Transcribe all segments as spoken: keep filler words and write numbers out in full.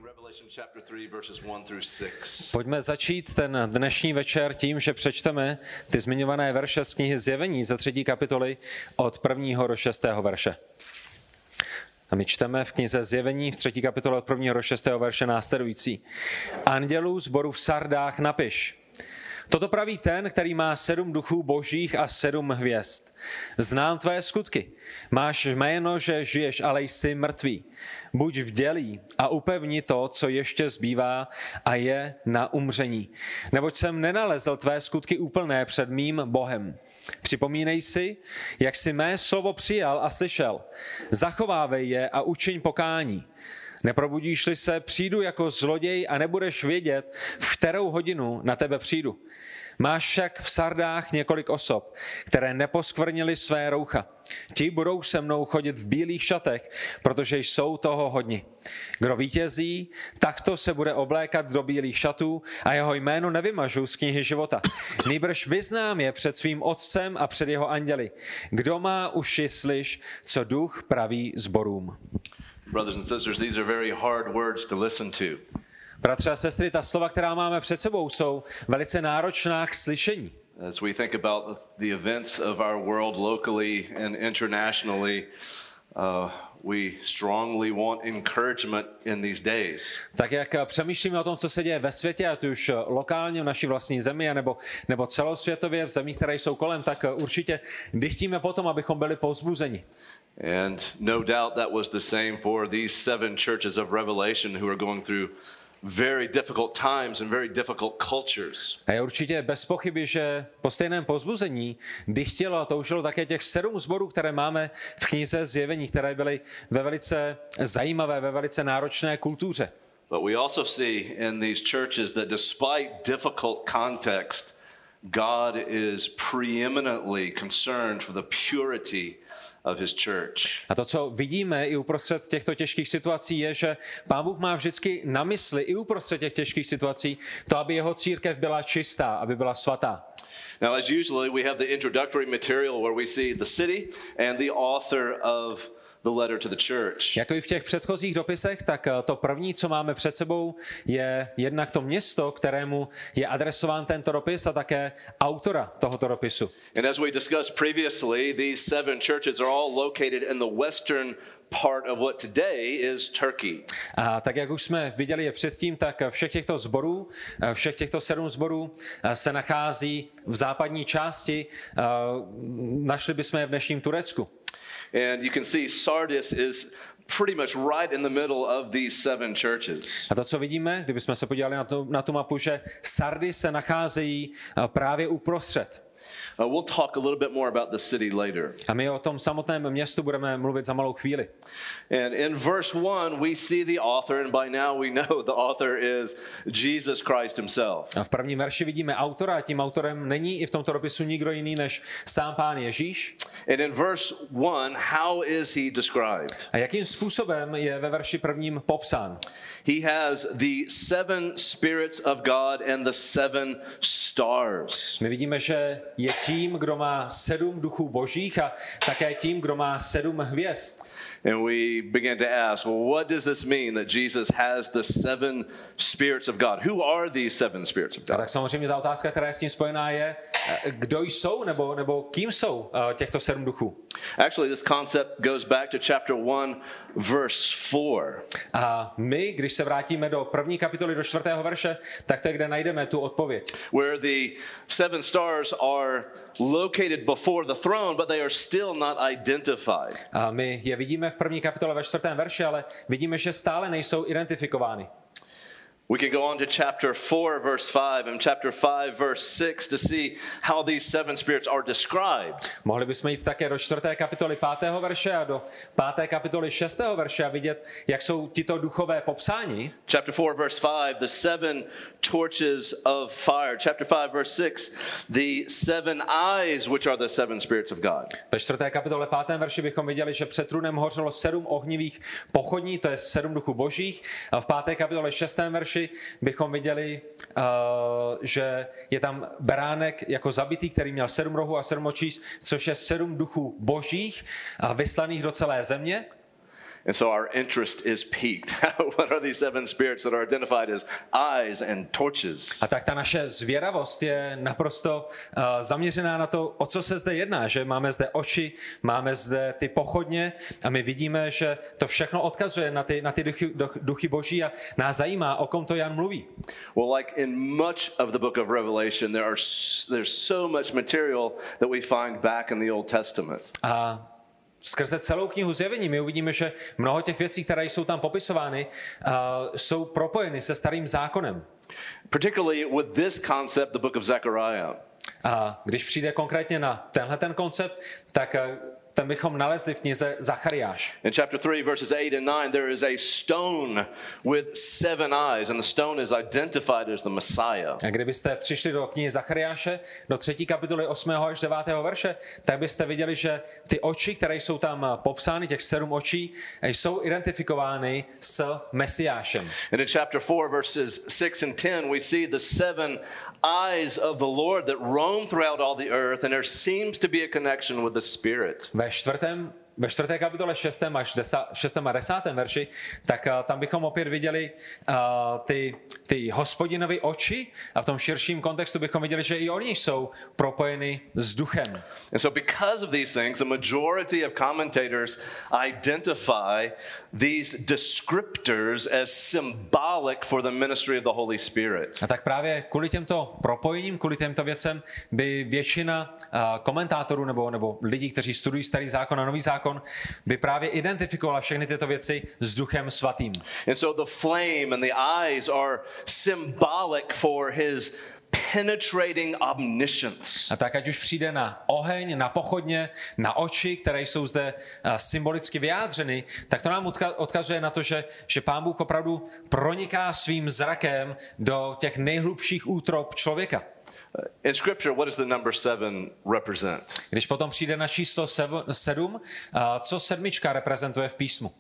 Pojďme začít ten dnešní večer tím, že přečteme ty zmiňované verše z knihy Zjevení ze třetí kapitoly od prvního do šestého verše. A my čteme v knize Zjevení v třetí kapitole od prvního do šestého verše následující. Andělu sboru v Sardách napiš. Toto praví ten, který má sedm duchů božích a sedm hvězd. Znám tvé skutky. Máš jméno, že žiješ, ale jsi mrtvý. Buď vdělý a upevni to, co ještě zbývá a je na umření. Neboť jsem nenalezl tvé skutky úplné před mým Bohem. Připomínej si, jak jsi mé slovo přijal a slyšel. Zachovávej je a učiň pokání. Neprobudíš-li se, přijdu jako zloděj a nebudeš vědět, v kterou hodinu na tebe přijdu. Máš však v Sardách několik osob, které neposkvrnily své roucha. Ti budou se mnou chodit v bílých šatech, protože jsou toho hodni. Kdo vítězí, takto se bude oblékat do bílých šatů a jeho jméno nevymažu z knihy života. Nýbrž vyznám je před svým otcem a před jeho anděli. Kdo má uši, slyš, co duch praví sborům. Brothers and sisters, these are very hard words to listen to. Bratři a sestry, ta slova, která máme před sebou, jsou velice náročná k slyšení. As we think about the events of our world locally and internationally, uh, we strongly want encouragement in these days. Tak jak přemýšlíme o tom, co se děje ve světě, ať už lokálně v naší vlastní zemi, nebo, nebo celosvětově v zemích, které jsou kolem, tak určitě dychtíme potom, abychom byli povzbuzeni. And no doubt that was the same for these seven churches of Revelation who are going through very difficult times and very difficult cultures. A je určitě bez pochyby, že po stejném povzbuzení dychtělo a toužilo také těch sedm sborů, které máme v knize Zjevení, které byly ve velice zajímavé, ve velice náročné kultuře. But we also see in these churches that despite difficult context, God is preeminently concerned for the purity of his church. A to, co vidíme i uprostřed těchto těžkých situací, je, že Pán Bůh má vždycky na mysli i uprostřed těch těžkých situací to, aby jeho církev byla čistá, aby byla svatá. Now, as usually, we have the introductory material where we see the city and the author of the letter to the church. Jako i v těch předchozích dopisech, tak to první, co máme před sebou, je jednak to město, kterému je adresován tento dopis a také autora tohoto dopisu. And as we discussed previously, these seven churches are all located in the western part of what today is Turkey. A tak jak už jsme viděli je předtím, tak všech těchto sborů, všech těchto sedm sborů se nachází v západní části, našli bychom je v dnešním Turecku. And you can see Sardis is pretty much right in the middle of these seven churches. A to, co vidíme, kdybychom se podívali na tu, na tu mapu, že Sardy se nacházejí právě uprostřed. Uh, we'll talk a little bit more about the city later. A my o tom samotném městu budeme mluvit za malou chvíli. And in verse one we see the author, and by now we know the author is Jesus Christ himself. A v prvním verši vidíme autora, a tím autorem není i v tomto dopisu nikdo jiný než sám Pán Ježíš. And in verse one, how is he described? A jakým způsobem je ve verši prvním popsán? He has the seven spirits of God and the seven stars. My vidíme, že je tím, kdo má sedm duchů božích a také tím, kdo má sedm hvězd. And we begin to ask, well, what does this mean that Jesus has the seven spirits of God? Who are these seven spirits of God? A tak samozřejmě ta otázka, která je s tím spojená, je, kdo jsou nebo, nebo kým jsou těchto sedm duchů. Actually, this concept goes back to chapter one, verse four. A my, když se vrátíme do první kapitoly, do čtvrtého verše, tak to je, kde najdeme tu odpověď. Where the seven stars are located before the throne, but they are still not identified. A my je vidíme v první kapitole ve čtvrtém verši, ale vidíme, že stále nejsou identifikovány. We can go on to chapter four, verse five, and chapter five, verse six to see how these seven spirits are described. Mohli bychom jít také do čtvrté kapitoly pátého verše a do páté kapitoly šestého verše a vidět, jak jsou tito duchové popsáni. Chapter four, verse five, the seven torches of fire. Chapter five, verse six, the seven eyes, which are the seven spirits of God. Ve čtvrté kapitole pátém verši bychom viděli, že před trůnem hořelo sedm ohnivých pochodní, to je sedm duchů božích. A v páté kapitole šestém verši bychom viděli, uh, že je tam beránek jako zabitý, který měl sedm rohů a sedm očí, což je sedm duchů božích a vyslaných do celé země. And so our interest is piqued. What are these seven spirits that are identified as eyes and torches? A tak ta naše zvědavost je naprosto uh, zaměřená na to, o co se zde jedná, že máme zde oči, máme zde ty pochodně a my vidíme, že to všechno odkazuje na ty, na ty duchy, duchy boží a nás zajímá, o kom to Jan mluví. Well, like in much of the book of Revelation, there are there's so much material that we find back in the Old Testament. A skrze celou knihu Zjevení my uvidíme, že mnoho těch věcí, které jsou tam popisovány, uh, jsou propojeny se starým zákonem. Particularly with this concept, the book of Zechariah. A když přijde konkrétně na tenhle ten koncept, tak uh, ten bychom nalezli v knize Zachariáš. In chapter three, verses eight and nine, there is a stone with seven eyes, and the stone is identified as the Messiah. A kdybyste přišli do knihy Zachariáše, do třetí kapitoly osmého až devátého verše, tak byste viděli, že ty oči, které jsou tam popsány, těch sedm očí, jsou identifikovány s Mesiášem. And in chapter four, verses six and ten, we see the seven eyes of the Lord that roam throughout all the earth, and there seems to be a connection with the Spirit. Ve čtvrtém, ve čtvrté kapitole šestém až desa, šestém a desátém verši, tak uh, tam bychom opět viděli uh, ty, ty hospodinovy oči a v tom širším kontextu bychom viděli, že i oni jsou propojeny s duchem. And so because of these things, the majority of commentators identify these descriptors as symbolic for the ministry of the Holy Spirit. A tak právě kvůli těmto propojením, kvůli těmto věcem by většina uh, komentátorů nebo, nebo lidí, kteří studují starý zákon a nový zákon, by právě identifikovala všechny tyto věci s Duchem Svatým. And so the flame and the eyes are symbolic for his penetrating omniscience. A tak ať už přijde na oheň, na pochodně, na oči, které jsou zde uh, symbolicky vyjádřeny, tak to nám odka- odkazuje na to, že, že Pán Bůh opravdu proniká svým zrakem do těch nejhlubších útrob člověka. In Scripture, what does the number seven represent? Když potom přijde na číslo sedm, co sedmička reprezentuje v písmu?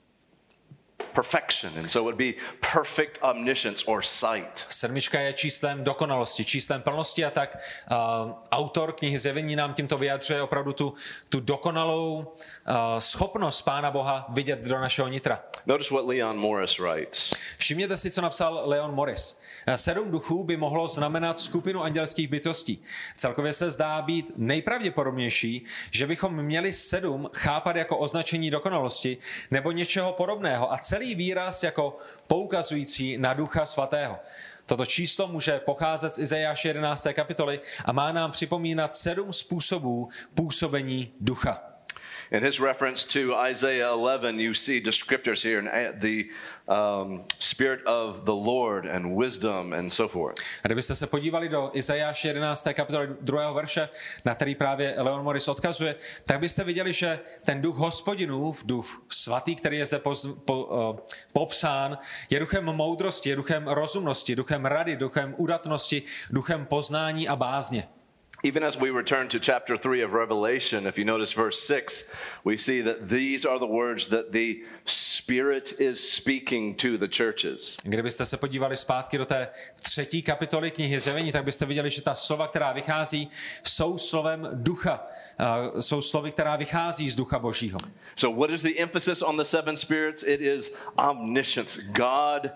Perfection, and so it would be perfect omniscience or sight. Sedmička je číslem dokonalosti, číslem plnosti a tak uh, autor knihy Zjevení nám tímto vyjadřuje opravdu tu, tu dokonalou uh, schopnost Pána Boha vidět do našeho nitra. Notice what Leon Morris writes. Všimněte si, co napsal Leon Morris. Sedm duchů by mohlo znamenat skupinu andělských bytostí. Celkově se zdá být nejpravděpodobnější, že bychom měli sedm chápat jako označení dokonalosti nebo něčeho podobného a celý výraz jako poukazující na Ducha Svatého. Toto číslo může pocházet z Izajáše jedenácté kapitoly a má nám připomínat sedm způsobů působení ducha. In his reference to Isaiah eleven, you see descriptors here, and the um, spirit of the Lord and wisdom and so forth. A kdybyste se podívali do Izajáše jedenácté kapitoly druhého verše, na který právě Leon Morris odkazuje, tak byste viděli, že ten duch Hospodinův, duch svatý, který je zde poz, po, uh, popsán, je duchem moudrosti, je duchem rozumnosti, duchem rady, duchem udatnosti, duchem poznání a bázně. Even as we return to chapter three of Revelation, if you notice verse six, we see that these are the words that the Spirit is speaking to the churches. Kdybyste se podívali zpátky do té třetí kapitoly knihy Zjevení, tak byste viděli, že ta slova, která vychází, jsou slovem ducha. Uh, jsou slovy, která vychází z ducha Božího. So what is the emphasis on the seven spirits? It is omniscience. God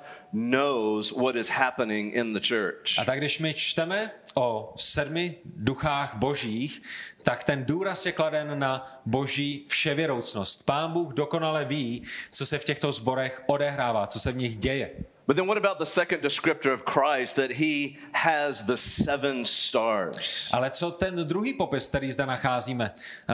knows what is happening in the church. A tak když my čteme o sedmi duchách božích, tak ten důraz je kladen na boží vševěroucnost. Pán Bůh dokonale ví, co se v těchto sborech odehrává, co se v nich děje. But then what about the second descriptor of Christ, that he has the seven stars? Ale co ten druhý popis, který zde nacházíme?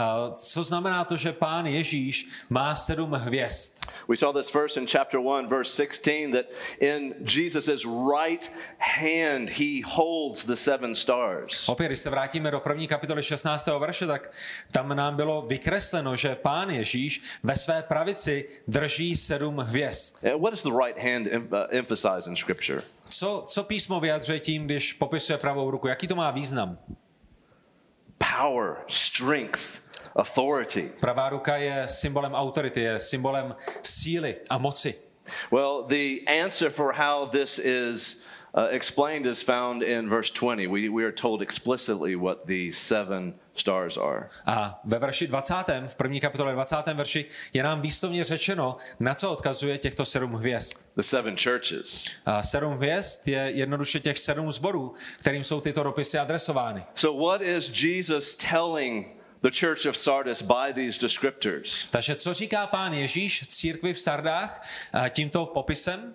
Co znamená to, že Pán Ježíš má sedm hvězd? We saw this first in chapter one, verse sixteen, that in Jesus' right hand he holds the seven stars. Opět, když se vrátíme do první kapitoly šestnáctého verše, tak tam nám bylo vykresleno, že Pán Ježíš ve své pravici drží sedm hvězd. What does the right hand emphasize in Scripture? Co, co písmo vyjadřuje tím, když popisuje pravou ruku? Jaký to má význam? Power, strength, authority. Pravá ruka je symbolem autority, je symbolem síly a moci. Well, the answer for how this is uh, explained is found in verse twenty. We, we are told explicitly what the seven stars are. A ve verši dvacátém, v první kapitole dvacátém verši, je nám výslovně řečeno, na co odkazuje těchto sedm hvězd. The seven churches. A sedm hvězd je jednoduše těch sedm sborů, kterým jsou tyto dopisy adresovány. So what is Jesus telling the church of Sardis by these descriptors? Takže co říká Pán Ježíš církvi v Sardách tímto popisem?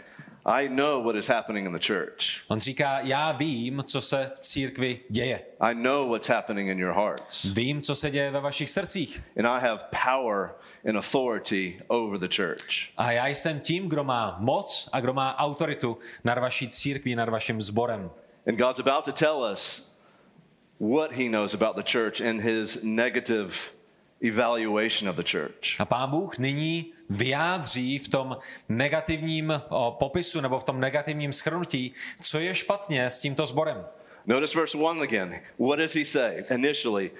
I know what is happening in the church. On říká, já vím, co se v církvi děje. I know what's happening in your hearts. Vím, co se děje ve vašich srdcích. And I have power and authority over the church. A já jsem tím, kdo má moc a kdo má autoritu nad vaší církví, nad vaším sborem. And God's about to tell us what he knows about the church in his negative evaluation of the church. A Pán Bůh nyní vyjádří v tom negativním o, popisu nebo v tom negativním shrnutí, co je špatně s tímto sborem. Notice verse one again. What does he say initially?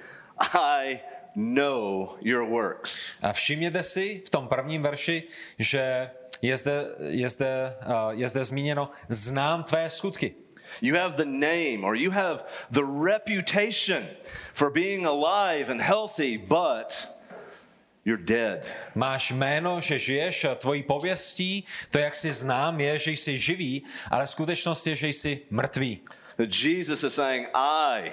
I know your works. A všimněte si v tom prvním verši, že je zde, je zde, uh, je zde zmíněno znám tvé skutky. You have the name or you have the reputation for being alive and healthy, but you're dead. Máš jméno, že žiješ, tvojí pověstí, to, jak jsi znám, je, že jsi živý, ale skutečnost je, že jsi mrtvý. Jesus is saying, I,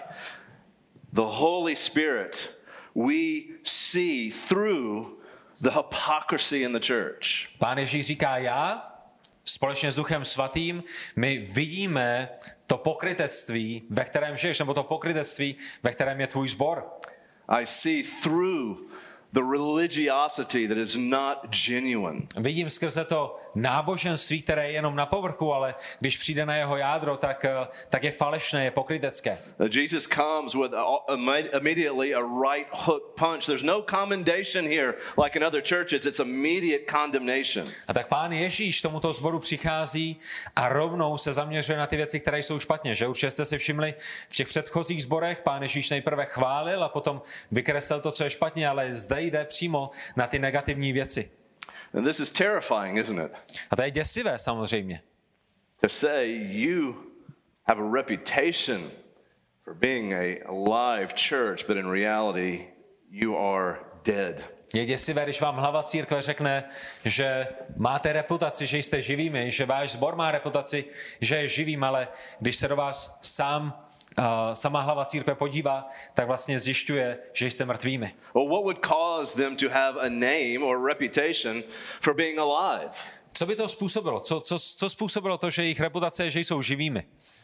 the Holy Spirit, we see through the hypocrisy in the church. Pán Ježíš říká, já, společně s Duchem Svatým, my vidíme to pokrytectví, ve kterém žiješ, nebo to pokrytectví, ve kterém je tvůj sbor. I see through the religiosity that is not genuine. Vidím skrze to náboženství, které je jenom na povrchu, ale když přijde na jeho jádro, tak, tak je falešné, je pokrytecké. Jesus comes with a, immediately a right hook punch. There's no commendation here like in other churches. It's immediate condemnation. A tak Pán Ježíš tomuto sboru přichází a rovnou se zaměřuje na ty věci, které jsou špatně. Že určitě jste si všimli, v těch předchozích sborech Pán Ježíš nejprve chválil a potom vykreslil to, co je špatně, ale zde jde přímo na ty negativní věci. And this is terrifying, isn't it? A to je děsivé samozřejmě. To say you have a reputation for being a alive church, but in reality you are dead. Je děsivé, když vám hlava církve řekne, že máte reputaci, že jste živými, že váš sbor má reputaci, že je živým, ale když se do vás sám Uh, sama hlava církve podívá, tak vlastně zjišťuje, že jste mrtvými. Well, what would cause them to have a name or reputation for being alive? Co by to způsobilo? Co, co, co způsobilo to, že jejich reputace je, že jsou živými?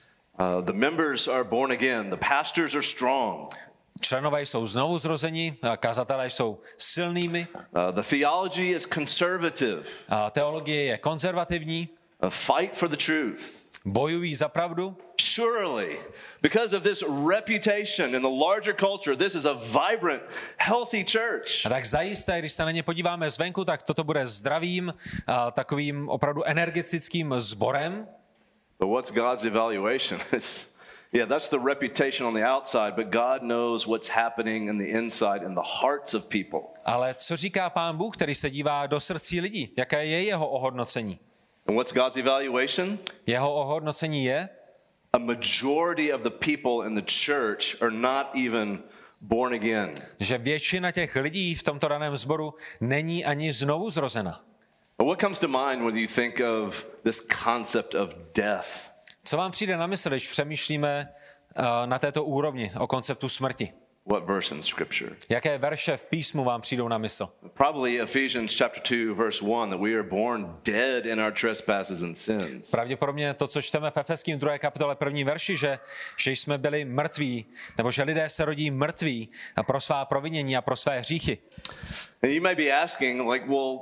Uh, the members are born again. The pastors are strong. Členové jsou znovu zrozeni, kazatelé jsou silnými. Uh, the theology is conservative. A teologie je konzervativní. A fight for the truth. Bojují za pravdu. Surely, because of this reputation in the larger culture, this is a vibrant, healthy church. A tak zajisté, když se na ně podíváme zvenku, tak toto bude zdravým, takovým opravdu energetickým sborem. But what's God's evaluation? It's, yeah, that's the reputation on the outside, but God knows what's happening in the inside, in the hearts of people. Ale co říká Pán Bůh, který se dívá do srdcí lidí? Jaké je jeho ohodnocení? And what's God's evaluation? Jeho ohodnocení je, a majority of the people in the church are not even born again. Že většina těch lidí v tomto daném sboru není ani znovu zrozena. What comes to mind when you think of this concept of death? Co vám přijde na mysl, když přemýšlíme uh, na této úrovni o konceptu smrti? What verse in scripture? Jaké verše v písmu vám přijdou na mysl? Probably Ephesians chapter two verse one, that we are born dead in our trespasses and sins. Pravděpodobně to, co čteme v Efeským druhé kapitole první verši, že, že jsme byli mrtví, nebo že lidé se rodí mrtví pro svá provinění a pro své hříchy. And you may be asking, like, well,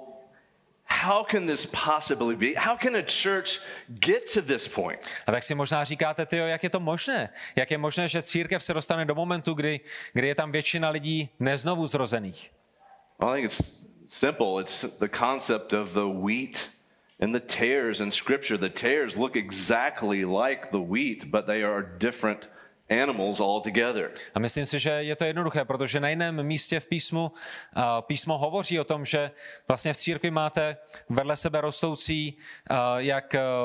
how can this possibly be? How can a church get to this point? A tak si možná říkáte, tyjo, jak je to možné? Jak je možné, že církev se dostane do momentu, kdy, kdy je tam většina lidí neznovu zrozených? I think it's simple. It's the concept of the wheat and the tares in scripture. The tares look exactly like the wheat, but they are different animals altogether. A myslím si, že je to jednoduché, protože na jiném místě v písmu uh, písmo hovoří o tom, že vlastně v církvi máte vedle sebe rostoucí uh, jak, uh,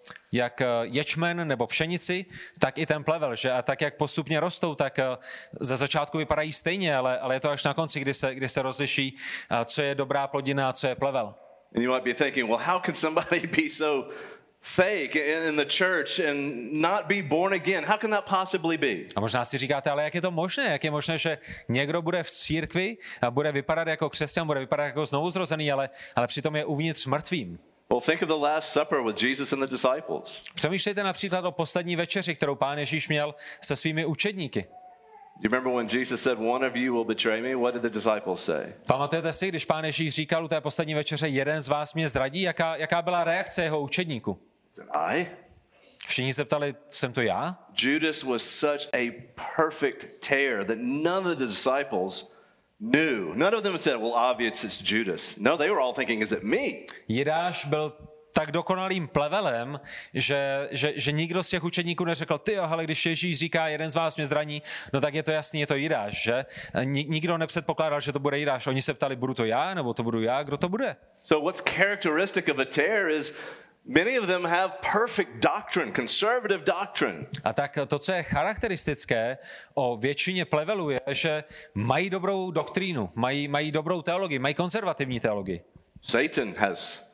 jak ječmen nebo pšenici, tak i ten plevel, že? A tak, jak postupně rostou, tak za začátku vypadají stejně, ale, ale je to až na konci, kdy se, kdy se rozliší, co je dobrá plodina a co je plevel. And you might be thinking, well, how can somebody be so fake in the church and not be born again? How can that possibly be? A možná si říkáte, ale jak je to možné? Jak je možné, že někdo bude v církvi a bude vypadat jako křesťan, bude vypadat jako znovuzrozený, ale, ale přitom je uvnitř mrtvým? Well, think of the Last Supper with Jesus and the disciples. Přemýšlejte například o poslední večeři, kterou Pán Ježíš měl se svými učedníky. You remember when Jesus said, one of you will betray me? What did the disciples say? Pamatujete si, když Pán Ježíš říkal u té poslední večeře, jeden z vás mě zradí, jaká, jaká byla reakce jeho učedníků? I? Všichni se ptali, jsem to já? Judas was such a perfect tear that none of the disciples knew. None of them said, well, obvious it's Judas. No, they were all thinking, is it me? Jidáš byl tak dokonalým plevelem, že, že, že nikdo z těch učedníků neřekl, ty ale když Ježíš říká, jeden z vás mě zraní, no tak je to jasný, je to Jidáš, že? Nikdo nepředpokládal, že to bude Jidáš. Oni se ptali, budu to já, nebo to budu já, kdo to bude? So what's characteristic of a tear is many of them have perfect doctrine, conservative doctrine. A tak to, co je charakteristické o většině plevelů, je, že mají dobrou doktrínu, mají, mají dobrou teologii, mají konzervativní teologii. Satan has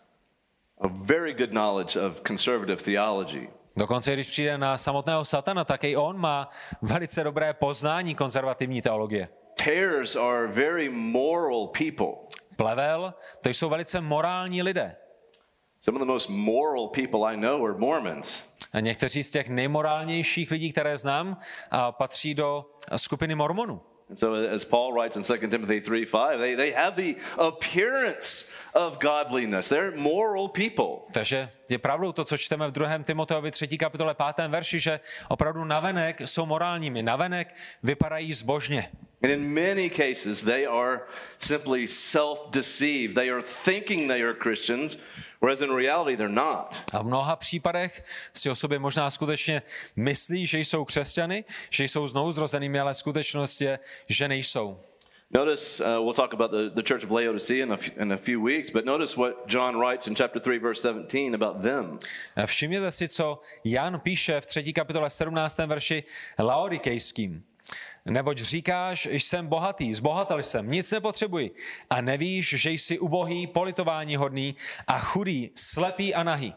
a very good knowledge of conservative theology. Dokonce, když přijde na samotného satana, tak i on má velice dobré poznání konzervativní teologie. Tares are very moral people. Plevel, to jsou velice morální lidé. Some of the most moral people I know are Mormons. A někteří z těch nejmorálnějších lidí, které znám, patří do skupiny mormonů. And so as Paul writes in Second Timothy three five, they, they have the appearance of godliness. They're moral people. Takže je pravdou to, co čteme v druhém Timoteovi třetí kapitole pátém verši, že opravdu navenek jsou morálními, navenek vypadají zbožně. And in many cases they are simply self-deceived. They are thinking they are Christians, whereas in reality they're not. A v mnoha případech si o sobě možná skutečně myslí, že jsou křesťany, že jsou znovuzrozenými, ale skutečnost je, že nejsou. Notice, uh, we'll talk about the, the church of Laodicea in a, few, in a few weeks, but notice what John writes in chapter three, verse seventeen about them. Všimněte si, co Jan píše v třetí kapitole sedmnáctém verši Laodikejským. Neboť říkáš, jsem bohatý, zbohatal jsem, nic nepotřebuji a nevíš, že jsi ubohý, politování hodný a chudý, slepý a nahý.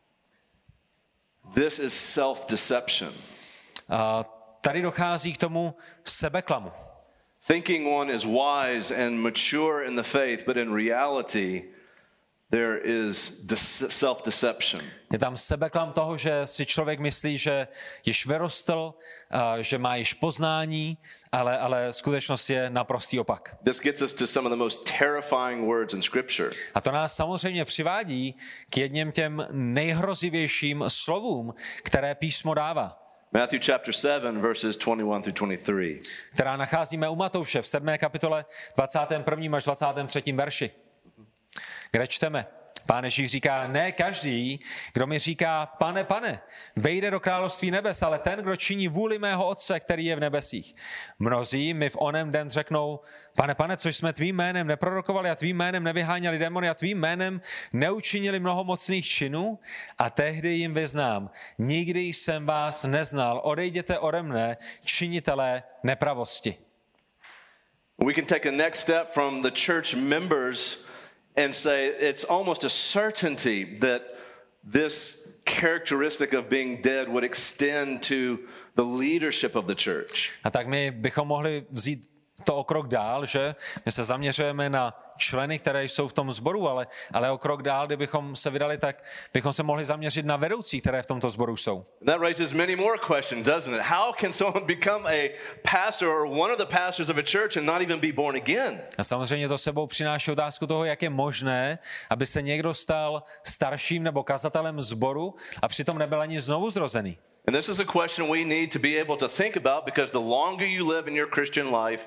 This is self-deception. A tady dochází k tomu sebeklamu. Thinking one is wise and mature in the faith, but in reality there is self-deception. Je tam sebeklam toho, že si člověk myslí, že již vyrostl, že má již poznání, ale, ale skutečnost je naprostý opak. This gets us to some of the most terrifying words in Scripture. A to nás samozřejmě přivádí k jedním těm nejhrozivějším slovům, které písmo dává. Matthew chapter seven, verses twenty-one through twenty-three. Která nacházíme u Matouše v sedmé kapitole dvacátém prvním až dvacátém třetím verši. Kde čteme, Pán Ježíš říká, ne každý, kdo mi říká, pane, pane, vejde do království nebes, ale ten, kdo činí vůli mého Otce, který je v nebesích. Mnozí mi v onem den řeknou, pane, pane, což jsme tvým jménem neprorokovali a tvým jménem nevyháněli démony a tvým jménem neučinili mnoho mocných činů a tehdy jim vyznám, nikdy jsem vás neznal, odejděte ode mne, činitelé nepravosti. We can take a next step from the church members and say it's almost a certainty that this characteristic of being dead would extend to the leadership of the church. A tak my bychom mohli vzít to o krok dál, že my se zaměřujeme na členy, které jsou v tom sboru, ale, ale o krok dál, kdybychom se vydali, tak bychom se mohli zaměřit na vedoucí, které v tomto sboru jsou. That raises many more questions, doesn't it? How can someone become a pastor or one of the pastors of a church and not even be born again? A samozřejmě to sebou přináší otázku toho, jak je možné, aby se někdo stal starším nebo kazatelem sboru a přitom nebyl ani znovu zrozený. And this is a question we need to be able to think about because the longer you live in your Christian life,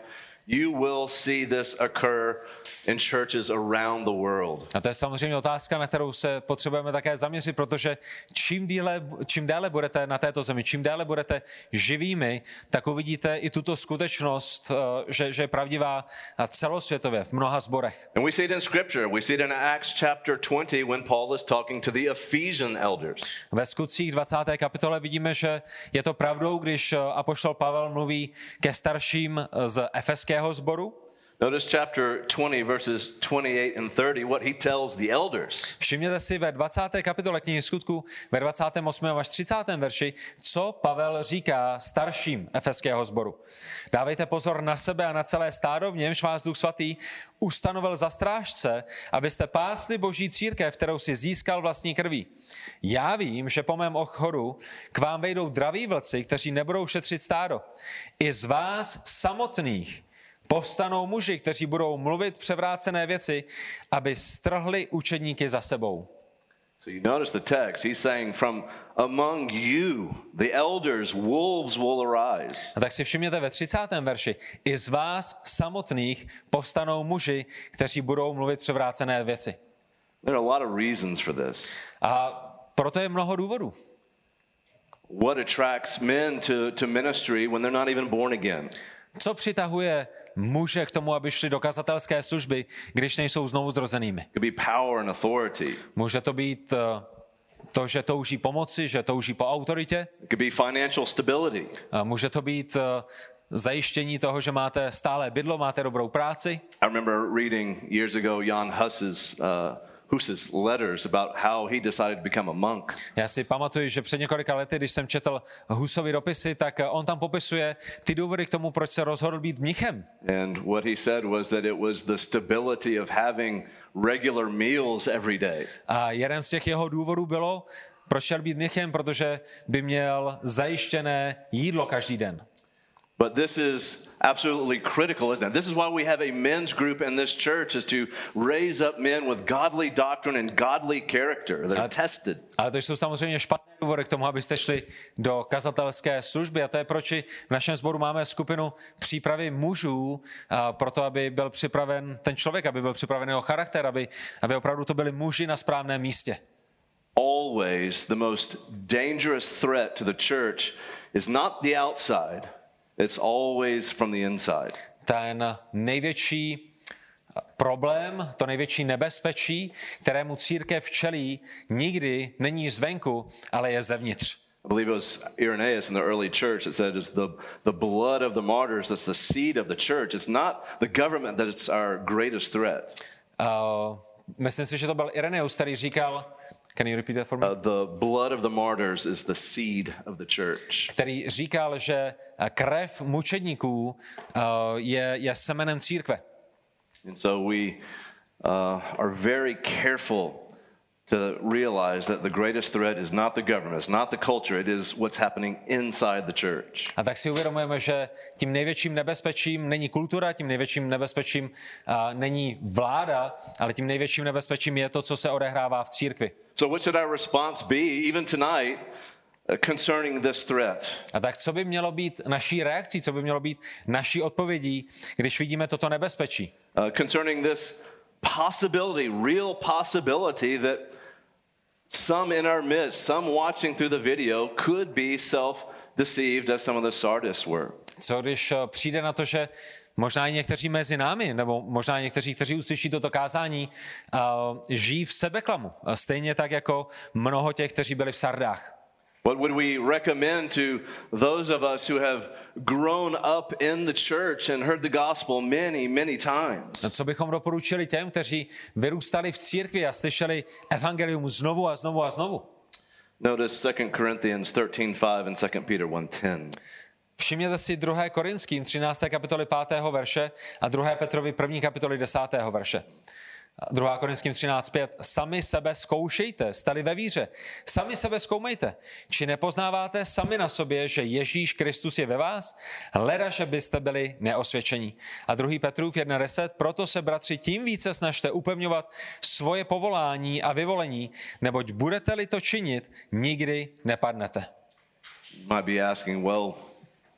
You will see this occur in churches around the world. A to je samozřejmě otázka, na kterou se potřebujeme také zaměřit, protože čím díle, čím déle budete na této zemi, čím déle budete živými, tak uvidíte i tuto skutečnost, že, že je pravdivá celosvětově v mnoha sborech. And we see it in scripture. We see it in Acts chapter twenty when Paul is talking to the Ephesian elders. Ve Skutcích dvacáté kapitole vidíme, že je to pravdou, když apoštol Pavel mluví ke starším z efeského sboru. Notice chapter twenty, verses twenty-eight and thirty, what he tells the elders. Všimněte si ve dvacáté kapitole knihy Skutků, ve dvacátém osmém až třicátém verši, co Pavel říká starším efeského sboru. Dávejte pozor na sebe a na celé stádo, v němž vás Duch Svatý ustanovil za strážce, abyste pásli Boží církev, kterou si získal vlastní krví. Já vím, že po mém odchodu k vám vejdou draví vlci, kteří nebudou šetřit stádo. I z vás samotných povstanou muži, kteří budou mluvit převrácené věci, aby strhli učedníky za sebou. So you notice the text. He's saying from among you, the elders, wolves will arise. A tak si všimněte ve třicátém verši. I z vás samotných povstanou muži, kteří budou mluvit převrácené věci. There are a lot of reasons for this. A proto je mnoho důvodů. What attracts men to, to ministry when they're not even born again? Co přitahuje muže k tomu, aby šli do kazatelské služby, když nejsou znovu zrozenými? It could be power and authority. Může to být to, že touží pomoci, že touží po autoritě. It could be financial stability. A může to být zajištění toho, že máte stále bydlo, máte dobrou práci. I remember reading years ago Jan Hus's uh, Hus's letters about how he decided to become a monk. Já si pamatuju, že před několika lety, když jsem četl Husovy dopisy, tak on tam popisuje ty důvody k tomu, proč se rozhodl být mnichem. And what he said was that it was the stability of having regular meals every day. A jeden z těch jeho důvodů bylo, proč šel být mnichem, protože by měl zajištěné jídlo každý den. But this is absolutely critical, isn't it? This is why we have a men's group in this church, is to raise up men with godly doctrine and godly character that are tested. Ale to jsou samozřejmě špatné důvody k tomu, abyste šli do kazatelské služby. A to je proč v našem sboru máme skupinu přípravy mužů, proto aby byl připraven ten člověk, aby byl připraven jeho charakter, aby, aby opravdu to byli muži na správném místě. Always the most dangerous threat to the church is not the outside. It's always from the inside. Ten největší problém, to největší nebezpečí, kterému církev čelí, nikdy není zvenku, ale je zevnitř. I believe it was Irenaeus in the early church that said it's the, the blood of the martyrs that's the seed of the church. It's not the government that it's our greatest threat. Uh, myslím si, že to byl Irenaeus, který říkal, can you repeat that for me? Uh, the blood of the martyrs is the seed of the church. Který říkal, že krev mučedníků uh, je, je semenem církve. And so we uh, are very careful to realize that the greatest threat is not the government, it's not the culture, it is what's happening inside the church. A tak si uvědomujeme, že tím největším nebezpečím není kultura, tím největším nebezpečím uh, není vláda, ale tím největším nebezpečím je to, co se odehrává v církvi. So what should our response be, even tonight, uh, concerning this threat? A tak co by mělo být naší reakcí, co by mělo být naší odpovědí, když vidíme toto nebezpečí? Uh, concerning this possibility, real possibility that some in our midst, some watching through the video could be self-deceived as some of the Sardis were. Co když přijde na to, že možná i někteří mezi námi, nebo možná někteří, kteří uslyší toto kázání, uh, žijí v sebeklamu, stejně tak jako mnoho těch, kteří byli v Sardách. What would we recommend to those of us who have grown up in the church and heard the gospel many, many times? Co bychom doporučili těm, kteří vyrůstali v církvi a slyšeli evangelium znovu a znovu a znovu? Notice Second Corinthians thirteen five and Second Peter one ten. Všimněte si druhé Korinským třinácté kapitoly pátého verše a druhé Petrovi první kapitoly desátého verše. druhá Korinským třináct pět. Sami sebe zkoušejte, stali ve víře. Sami sebe zkoumejte. Či nepoznáváte sami na sobě, že Ježíš Kristus je ve vás? Leda, že byste byli neosvědčení. A druhý Petrův jedna deset. Proto se, bratři, tím více snažte upevňovat svoje povolání a vyvolení, neboť budete-li to činit, nikdy nepadnete. Might be asking, well,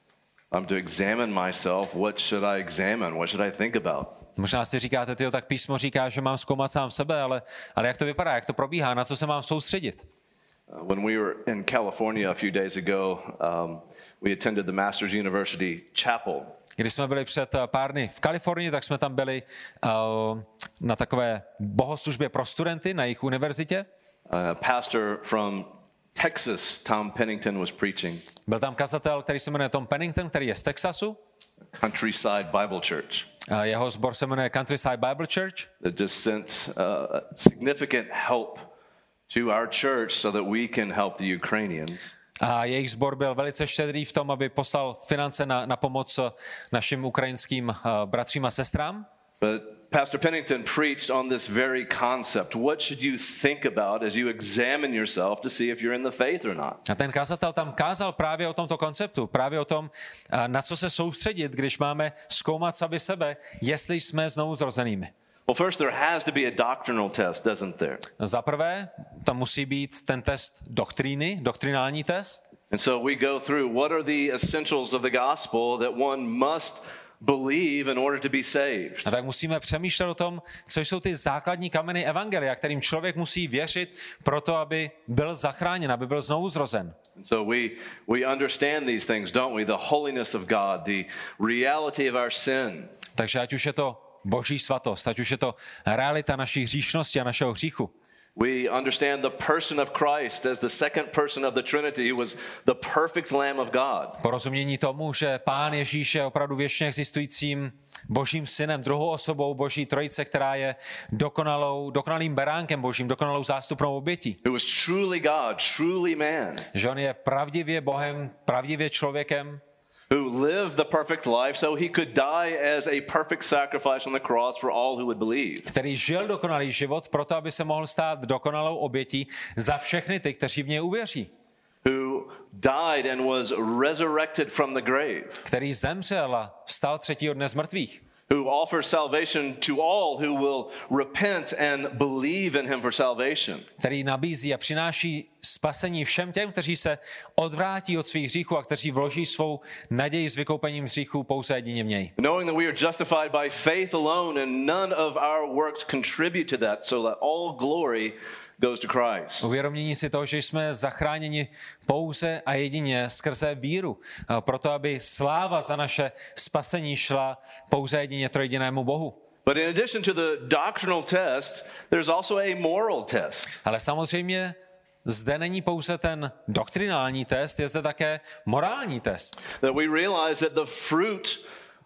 I'm to examine myself. What should I examine? What should I think about? Možná si říkáte, tyjo, tak písmo říká, že mám zkoumat sám sebe, ale, ale jak to vypadá, jak to probíhá, na co se mám soustředit? When we were in California a few days ago, um, we attended the Masters University Chapel. Když jsme byli před pár dny v Kalifornii, tak jsme tam byli uh, na takové bohoslužbě pro studenty na jejich univerzitě. A pastor from Texas, Tom Pennington, was preaching. Byl tam kazatel, který se jmenuje Tom Pennington, který je z Texasu. Countryside Bible Church. Uh, jeho sbor se jmenuje Countryside Bible Church. That just sent uh, significant help to our church so that we can help the Ukrainians. A jejich sbor byl velice štědrý v tom, aby poslal finance na, na pomoc našim ukrajinským uh, bratřím a sestrám. But Pastor Pennington preached on this very concept. What should you think about as you examine yourself to see if you're in the faith or not? A ten kazatel tam kázal právě o tomto konceptu, právě o tom, uh, na co se soustředit, když máme zkoumat sami sebe, jestli jsme znovu zrozenými. Well, first there has to be a doctrinal test, doesn't there? Za prvé, tam musí být ten test doktríny, doktrinální test. And so we go through what are the essentials of the gospel that one must believe in order to be saved. A tak musíme přemýšlet o tom, co jsou ty základní kameny evangelia, kterým člověk musí věřit proto, aby byl zachráněn, aby byl znovu zrozen. So we we understand these things, don't we? The holiness of God, the reality of our sin. Takže ať už je to Boží svatost, ať už je to realita naší hříšnosti a našeho hříchu. We understand the person of Christ as the second person of the Trinity, who was the perfect Lamb of God. Porozumění tomu, že Pán Ježíš je opravdu věčně existujícím Božím synem, druhou osobou Boží trojice, která je dokonalou, dokonalým beránkem Božím, dokonalou zástupnou obětí. Who was truly God, truly man. Že on je pravdivě Bohem, pravdivě člověkem. Who lived the perfect life so he could die as a perfect sacrifice on the cross for all who would believe. Který žil dokonalý život proto, aby se mohl stát dokonalou obětí za všechny ty, kteří v něj uvěří. Who died and was resurrected from the grave. Který zemřel a vstal třetího dne z mrtvých. Who offers salvation to all who will repent and believe in him for salvation. Který nabízí a přináší spasení všem těm, kteří se odvrátí od svých hříchů a kteří vloží svou naději s vykoupením hříchů pouze jedině v něj. Knowing that we are justified by faith alone and none of our works contribute to that, so that all glory goes to Christ. Uvědomění si toho, že jsme zachráněni pouze a jedině skrze víru, proto aby sláva za naše spasení šla pouze jedině trojjedinému Bohu. But in addition to the doctrinal test, there's also a moral test. Ale samozřejmě zde není pouze ten doktrinální test, je zde také morální test. That we realize that the fruit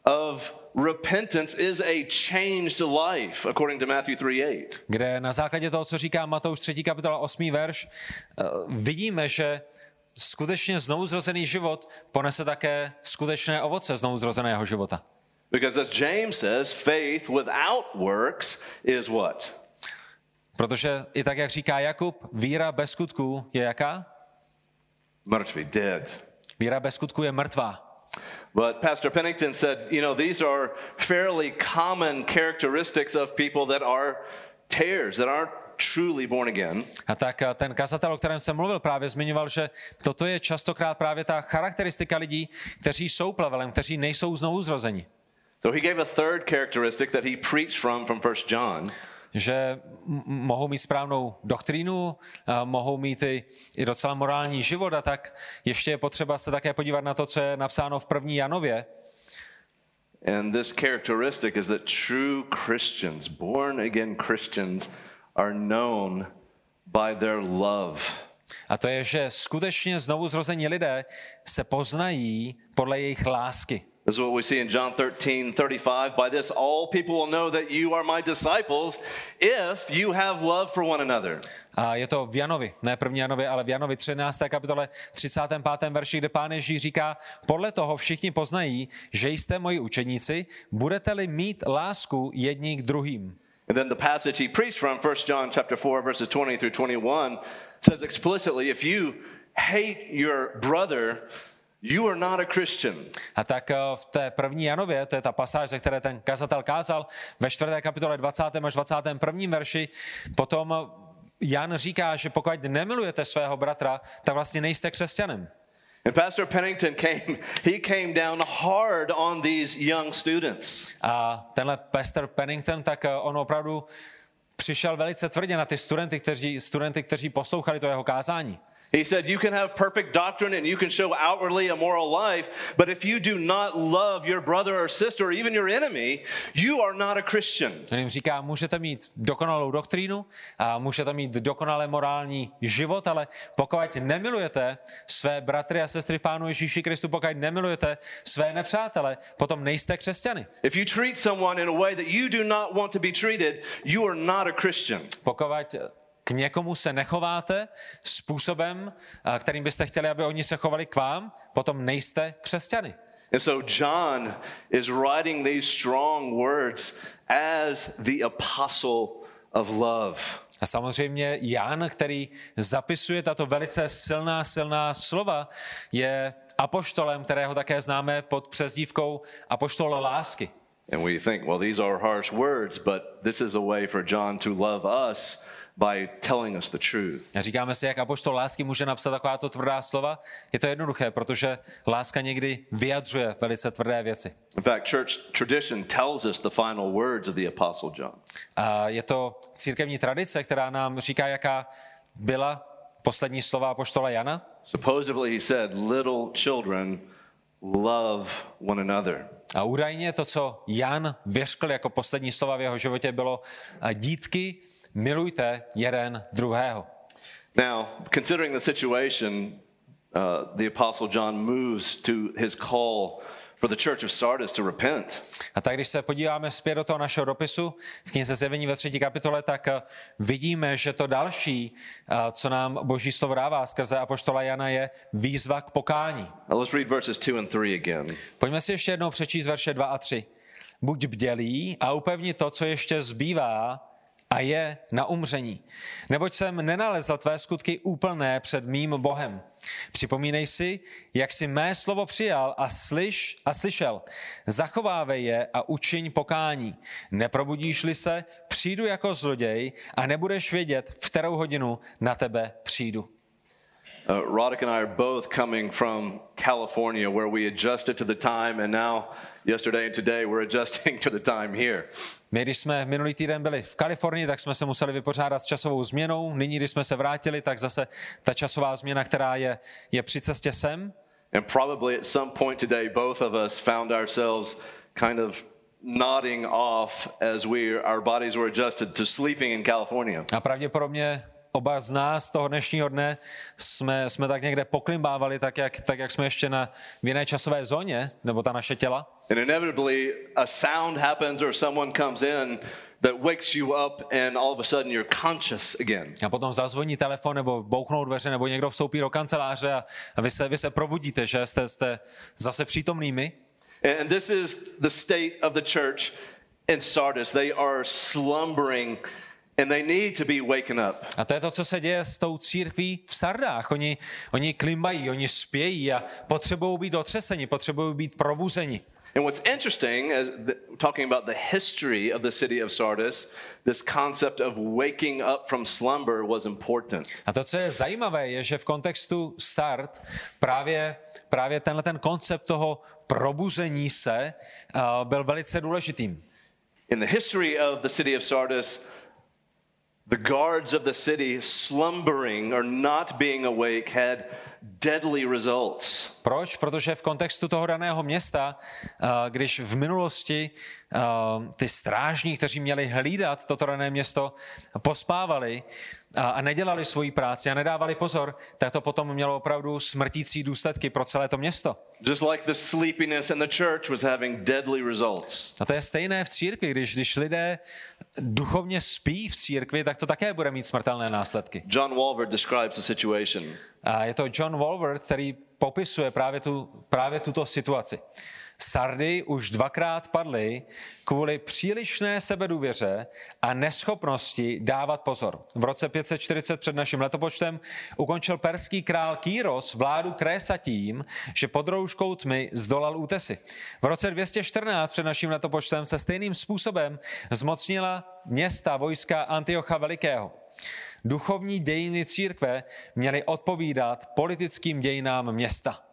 of repentance is a changed life, according to Matthew three eight. Kde na základě toho, co říká Matouš třetí kapitola osmý verš, vidíme, že skutečně znovuzrozený život ponese také skutečné ovoce znovuzrozeného života. Because as James says, faith without works is what? Protože i tak, jak říká Jakub, víra bez skutků je jaká? Mrtvý, dead. Víra bez skutků je mrtvá. But Pastor Pennington said, you know, these are fairly common characteristics of people that are tares, that aren't truly born again. A tak ten kazatel, o kterém jsem mluvil, právě zmiňoval, že toto je častokrát právě ta charakteristika lidí, kteří jsou plevelem, kteří nejsou znovu zrozeni. So he gave a third characteristic that he preached from from First John. Že m- mohou mít správnou doktrínu, a mohou mít i, i docela morální život, a tak ještě je potřeba se také podívat na to, co je napsáno v první Janově. And this characteristic is that true Christians, born again Christians, are known by their love. A to je, že skutečně znovu zrození lidé se poznají podle jejich lásky. This is what we see in John thirteen thirty-five. By this all people will know that you are my disciples if you have love for one another. A je to v Janovi, ne první Janovi, ale v Janovi třinácté kapitole třicátém pátém verši, kde Pán Ježíš říká: podle toho všichni poznají, že jste moji učeníci, budete-li mít lásku jedni k druhým. And then the passage he preached from, First John chapter four verses twenty through twenty-one, says explicitly, if you hate your brother, you are not a Christian. A tak v té první Janově, to je ta pasáž, ze které ten kazatel kázal, ve čtvrté kapitole dvacátém až dvacátém prvním verši, potom Jan říká, že pokud nemilujete svého bratra, tak vlastně nejste křesťanem. And Pastor Pennington came, he came down hard on these young students. A tenhle Pastor Pennington, tak on opravdu přišel velice tvrdě na ty studenty, kteří, studenty, kteří poslouchali to jeho kázání. He said, you can have perfect doctrine and you can show outwardly a moral life, but if you do not love your brother or sister or even your enemy, you are not a Christian. On jim říká, můžete mít dokonalou doktrínu a můžete mít dokonale morální život, ale pokud nemilujete své bratry a sestry v Pánu Ježíši Kristu, pokud nemilujete své nepřátele, potom nejste křesťany. If you treat someone in a way that you do not want to be treated, you are not a Christian. Pokud k někomu se nechováte způsobem, kterým byste chtěli, aby oni se chovali k vám, potom nejste křesťany. And so John is writing these strong words as the apostle of love. A samozřejmě Jan, který zapisuje tato velice silná, silná slova, je apoštolem, kterého také známe pod přezdívkou apoštol lásky. And we think, well, these are harsh words, but this is a way for John to love us by telling us the truth. A říkáme si, jak apoštol lásky může napsat takováto tvrdá slova? Je to jednoduché, protože láska někdy vyjadřuje velice tvrdé věci. In fact, church tradition tells us the final words of the Apostle John. A je to církevní tradice, která nám říká, jaká byla poslední slova apoštola Jana. Supposedly he said, little children, love one another. A údajně to, co Jan vyřkl jako poslední slova v jeho životě, bylo dítky, milujte jeden druhého. Now, considering the situation, uh, the Apostle John moves to his call for the church of Sardis to repent. A tak když se podíváme zpět do toho našeho dopisu v knize Zjevení ve třetí kapitole, tak vidíme, že to další, co nám Boží slovo dává skrze apoštola Jana, je výzva k pokání. Now let's read verses two and three again. Pojďme si ještě jednou přečíst verše dva a tři. Buď bdělý a upevni to, co ještě zbývá a je na umření. Neboť jsem nenalezl tvé skutky úplné před mým Bohem. Připomínej si, jak jsi mé slovo přijal a, slyš, a slyšel. Zachovávej je a učiň pokání. Neprobudíš-li se, přijdu jako zloděj a nebudeš vědět, v kterou hodinu na tebe přijdu. Uh, Roddick and I are both coming from California, where we adjusted to the time, and now, yesterday and today, we're adjusting to the time here. My, když jsme minulý týden byli v Kalifornii, tak jsme se museli vypořádat s časovou změnou. Nyní, když jsme se vrátili, tak zase ta časová změna, která je, je při cestě sem. And probably at some point today, both of us found ourselves kind of nodding off as we, our bodies were adjusted to sleeping in California. A pravděpodobně oba z nás toho dnešního dne jsme, jsme tak někde poklimbávali, tak jak, tak jak jsme ještě na, v jiné časové zóně, nebo ta naše těla. And inevitably a sound happens or someone comes in that wakes you up and all of a sudden you're conscious again. A potom zazvoní telefon nebo bouchnou dveře nebo někdo vstoupí do kanceláře a, a vy, se, vy se probudíte, že jste, jste zase přítomnými. And this is the state of the church in Sardis. They are slumbering and they need to be waken up. A to je to, co se děje s tou církví v Sardách. Oni, oni klimbají, oni spějí a potřebují být otřeseni, potřebují být probuzeni. And what's interesting, as the, talking about the history of the city of Sardis, this concept of waking up from slumber was important. A to, co je zajímavé, je, že v kontextu Sard právě, právě tenhle ten koncept toho probuzení se uh, byl velice důležitým. In the history of the city of Sardis, the guards of the city slumbering or not being awake had deadly results. Proč? Protože v kontextu toho daného města, když v minulosti ty strážní, kteří měli hlídat toto dané město, pospávali a nedělali svoji práci a nedávali pozor, tak to potom mělo opravdu smrtící důsledky pro celé to město. Just like the sleepiness in the church was having deadly results. A to je stejné v církvi, když, když lidé duchovně spí v církvi, tak to také bude mít smrtelné následky. John Walvoord describes the situation. A je to John Walvoord, který popisuje právě, tu, právě tuto situaci. Sardy už dvakrát padly kvůli přílišné sebedůvěře a neschopnosti dávat pozor. V roce pět set čtyřicet před naším letopočtem ukončil perský král Kýros vládu Krésa tím, že pod rouškou tmy zdolal útesy. V roce dvě stě čtrnáct před naším letopočtem se stejným způsobem zmocnila města vojska Antiocha Velikého. Duchovní dějiny církve měly odpovídat politickým dějinám města.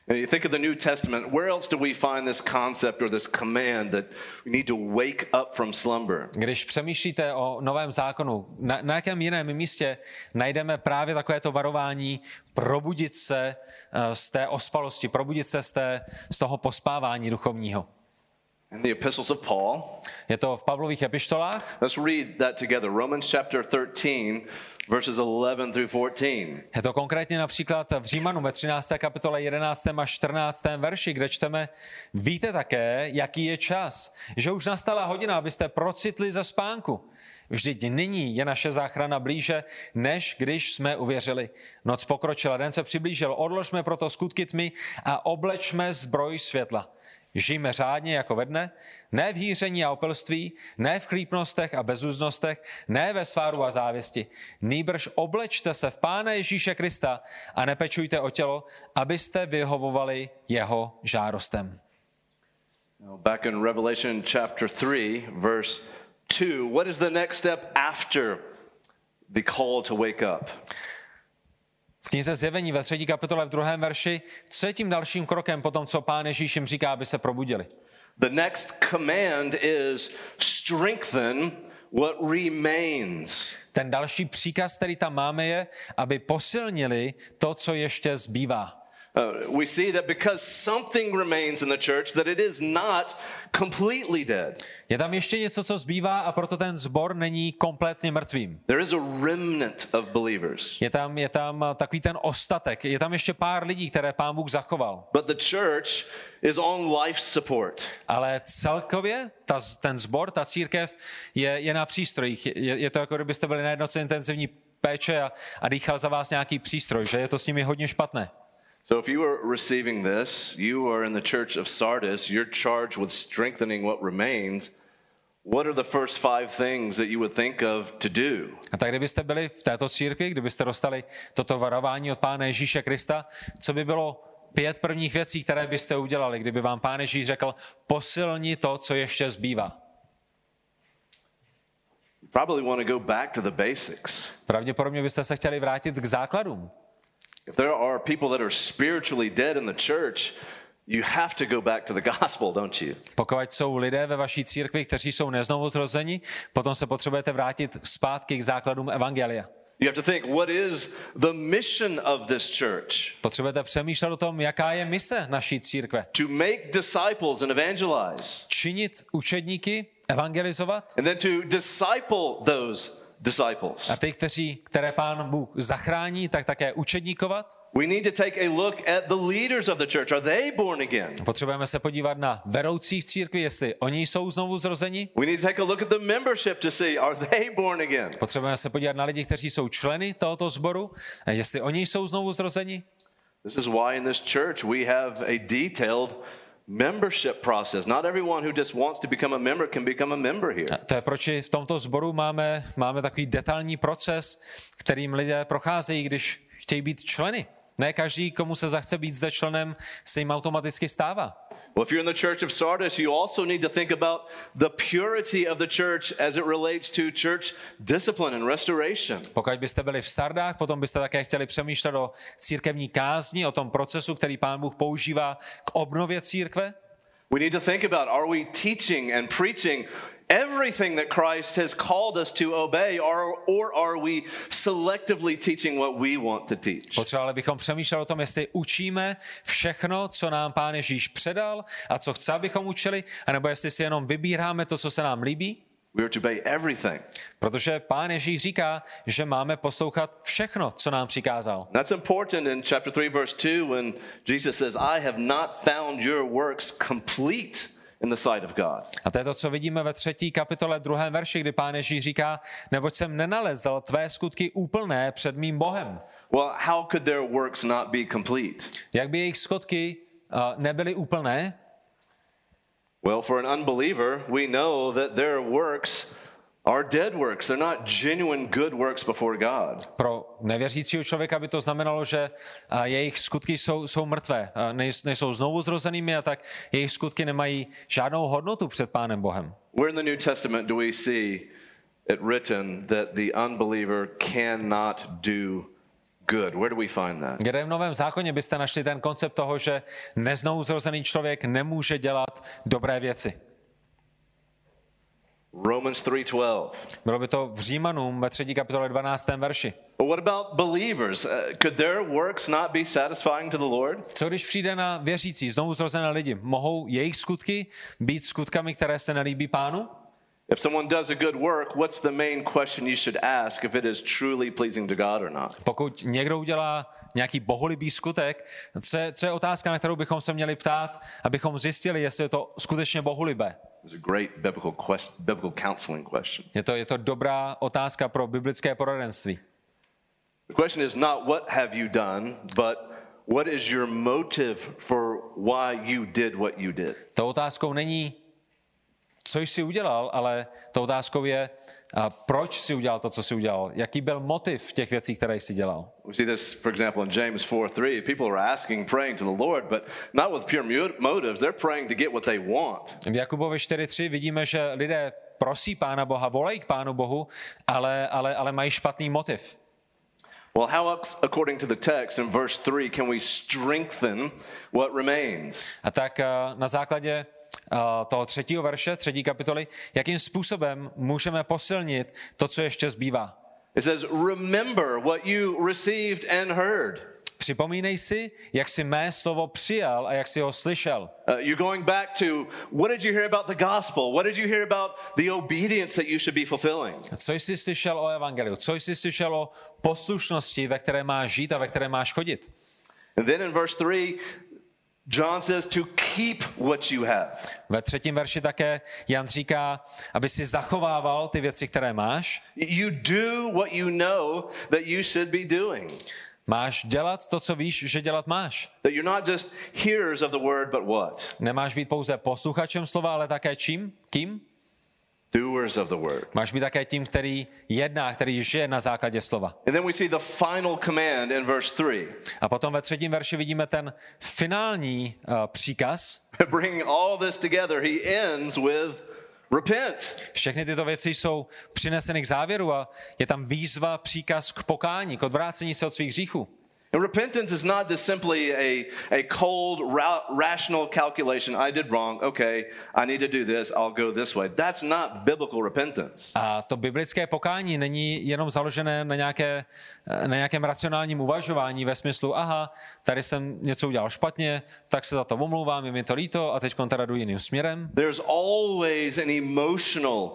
And you think of the New Testament, where else do we find this concept or this command that we need to wake up from slumber? Když přemýšlíte o Novém zákonu, na, na jakém jiném místě najdeme právě takovéto varování probudit se z té ospalosti, probudit se z, té, z toho pospávání duchovního? In the epistles of Paul. Je to v Pavlových epištolách. Let's read that together. Romans chapter thirteen, verses eleven through fourteen. Je to konkrétně například v Římanům ve třinácté kapitole jedenáctém až čtrnáctém verši, kde čteme: Víte také, jaký je čas, že už nastala hodina, abyste procitli ze spánku. Vždyť nyní je naše záchrana blíže, než když jsme uvěřili. Noc pokročila, den se přiblížil, odložme proto skutky tmy a oblečme zbroj světla. Žijme řádně jako ve dne, ne v hýření a opilství, ne v chlípnostech a bezúznostech, ne ve sváru a závěsti. Nýbrž oblečte se v Pána Ježíše Krista a nepečujte o tělo, abyste vyhovovali jeho žárostem. Back in Revelation chapter three, verse two, what is the next step after the call to wake up? V knize Zjevení ve třetí kapitole v druhém verši, co je tím dalším krokem po tom, co Pán Ježíš jim říká, aby se probudili? The next command is strengthen what remains. Ten další příkaz, který tam máme, je, aby posilnili to, co ještě zbývá. Uh, we see that because something remains in the church, that it is not completely dead. Je tam ještě něco, co zbývá, a proto ten sbor není kompletně mrtvým. There is a remnant of believers. Je tam, je tam takový ten ostatek, je tam ještě pár lidí, které Pán Bůh zachoval. But the church is on life support. Ale celkově ta, ten sbor, ta církev je, je na přístrojích. Je, je to jako kdybyste byli na jednotce intenzivní péče a, a dýchal za vás nějaký přístroj, že je to s nimi hodně špatné. So if you are receiving this, you are in the church of Sardis, you're charged with strengthening what remains. What are the first five things that you would think of to do? A tak kdybyste byli v této církvi, kdybyste dostali toto varování od Pána Ježíše Krista, co by bylo pět prvních věcí, které byste udělali, kdyby vám Pán Ježíš řekl: posilni to, co ještě zbývá? You probably want to go back to the basics. Pravděpodobně byste se chtěli vrátit k základům. If there are people that are spiritually dead in the church, you have to go back to the gospel, don't you? Pokud jsou lidé ve vaší církvi, kteří jsou neznovuzrozeni, potom se potřebujete vrátit zpátky k základům evangelia. You have to think, what is the mission of this church? Potřebujete přemýšlet o tom, jaká je mise naší církve. To make disciples and evangelize. Činit učedníky, evangelizovat. And then to disciple those disciples. A ty, kteří, které Pán Bůh zachrání, tak také učedníkovat. We need to take a look at the leaders of the church. Are they born again? Potřebujeme se podívat na vedoucí v církvi, jestli oni jsou znovu zrozeni. We need to take a look at the membership to see, are they born again? Potřebujeme se podívat na lidi, kteří jsou členy tohoto sboru, jestli oni jsou znovu zrozeni. This is why in this church we have a detailed membership process. Not everyone who just wants to become a member can become a member here. A to je proč v tomto sboru máme, máme takový detailní proces, kterým lidé procházejí, když chtějí být členy. Ne každý, komu se zachce být zde členem, se jim automaticky stává. Well, if you're in the church of Sardis, you also need to think about the purity of the church as it relates to church discipline and restoration. Pokud byste byli v Sardách, potom byste také chtěli přemýšlet o církevní kázni, o tom procesu, který Pán Bůh používá k obnově církve. We need to think about, are we teaching and preaching everything that Christ has called us to obey, or, or are we selectively teaching what we want to teach? Potřebovali bychom přemýšlet o tom, jestli učíme všechno, co nám Pán Ježíš předal a co chce, abychom učili, anebo jestli si jenom vybíráme to, co se nám líbí. We are to obey everything. Protože Pán Ježíš říká, že máme poslouchat všechno, co nám přikázal. That's important in chapter three, verse two, when Jesus says, I have not found your works complete in the sight of God. A to je to, co vidíme ve třetí kapitole druhém verši, kdy Pán Ježíš říká, neboť jsem nenalezl tvé skutky úplné před mým Bohem. Well, how could their works not be complete? Jak by jejich skutky uh, nebyly úplné? Well, for an unbeliever, we know that their works are dead works. They're not genuine good works before God. Pro nevěřícího člověka by to znamenalo, že uh, jejich skutky jsou, jsou mrtvé, uh, nejsou znovu zrozenými, a tak jejich skutky nemají žádnou hodnotu před Pánem Bohem. Where in the New Testament do we see it written that the unbeliever cannot do good? Where do we find that? Kde v Novém zákoně byste našli ten koncept toho, že neznovuzrozený člověk nemůže dělat dobré věci? Romans three twelve. Bylo by to v Římanům ve třetí kapitole dvanáctém verši. But what about believers? Uh, could their works not be satisfying to the Lord? Co když přijde na věřící, znovuzrozené lidi? Mohou jejich skutky být skutkami, které se nelíbí Pánu? If someone does a good work, what's the main question you should ask if it is truly pleasing to God or not? Pokud někdo udělá nějaký bohulibý skutek, co je, co je otázka, na kterou bychom se měli ptát, abychom zjistili, jestli je to skutečně bohulibé. It's a great biblical quest, biblical counseling question. Je to, je to dobrá otázka pro biblické poradenství. The question is not what have you done, but what is your motive for why you did what you did. Tou otázkou není, co jsi udělal, ale tou otázkou je, a proč jsi udělal to, co jsi udělal. Jaký byl motiv těch věcí, které jsi dělal. We see this, for example, in James four three. People are asking, praying to the Lord, but not with pure motives. They're praying to get what they want. V Jakubovi čtyři tři vidíme, že lidé prosí Pána Boha, volají k Pánu Bohu, ale, ale, ale mají špatný motiv. Well, how, according to the text in verse three, can we strengthen what remains? A tak na základě toho třetího verše, třetí kapitoly, jakým způsobem můžeme posilnit to, co ještě zbývá. It says, remember what you received and heard. Připomínej si, jak jsi mé slovo přijal a jak jsi ho slyšel. Uh, you're going back to, what did you hear about the gospel? What did you hear about the obedience that you should be fulfilling? Co jsi slyšel o evangeliu? Co jsi slyšel o poslušnosti, ve které máš žít a ve které máš chodit? And then in verse three, John says to keep what you have. Ve třetím verši také Jan říká, aby si zachovával ty věci, které máš. You do what you know that you should be doing. Máš dělat to, co víš, že dělat máš. That you're not just hearers of the word, but what? Nemáš být pouze posluchačem slova, ale také čím? Kým? Doers of the word. Máš být také tím, který jedná, který žije na základě slova. And then we see the final command in verse three. A potom ve třetím verši vidíme ten finální uh, příkaz. Bringing all this together, he ends with repent. Všechny tyto věci jsou přineseny k závěru a je tam výzva, příkaz k pokání, k odvrácení se od svých hříchů. And repentance is not just simply a, a cold, ra- rational calculation. I did wrong. Okay, I need to do this. I'll go this way. That's not biblical repentance. A to biblické pokání není jenom založené na, nějaké, na nějakém racionálním uvažování ve smyslu, aha, tady jsem něco udělal špatně, tak se za to omlouvám, je mi to líto a teď teda jdu jiným směrem. There's always an emotional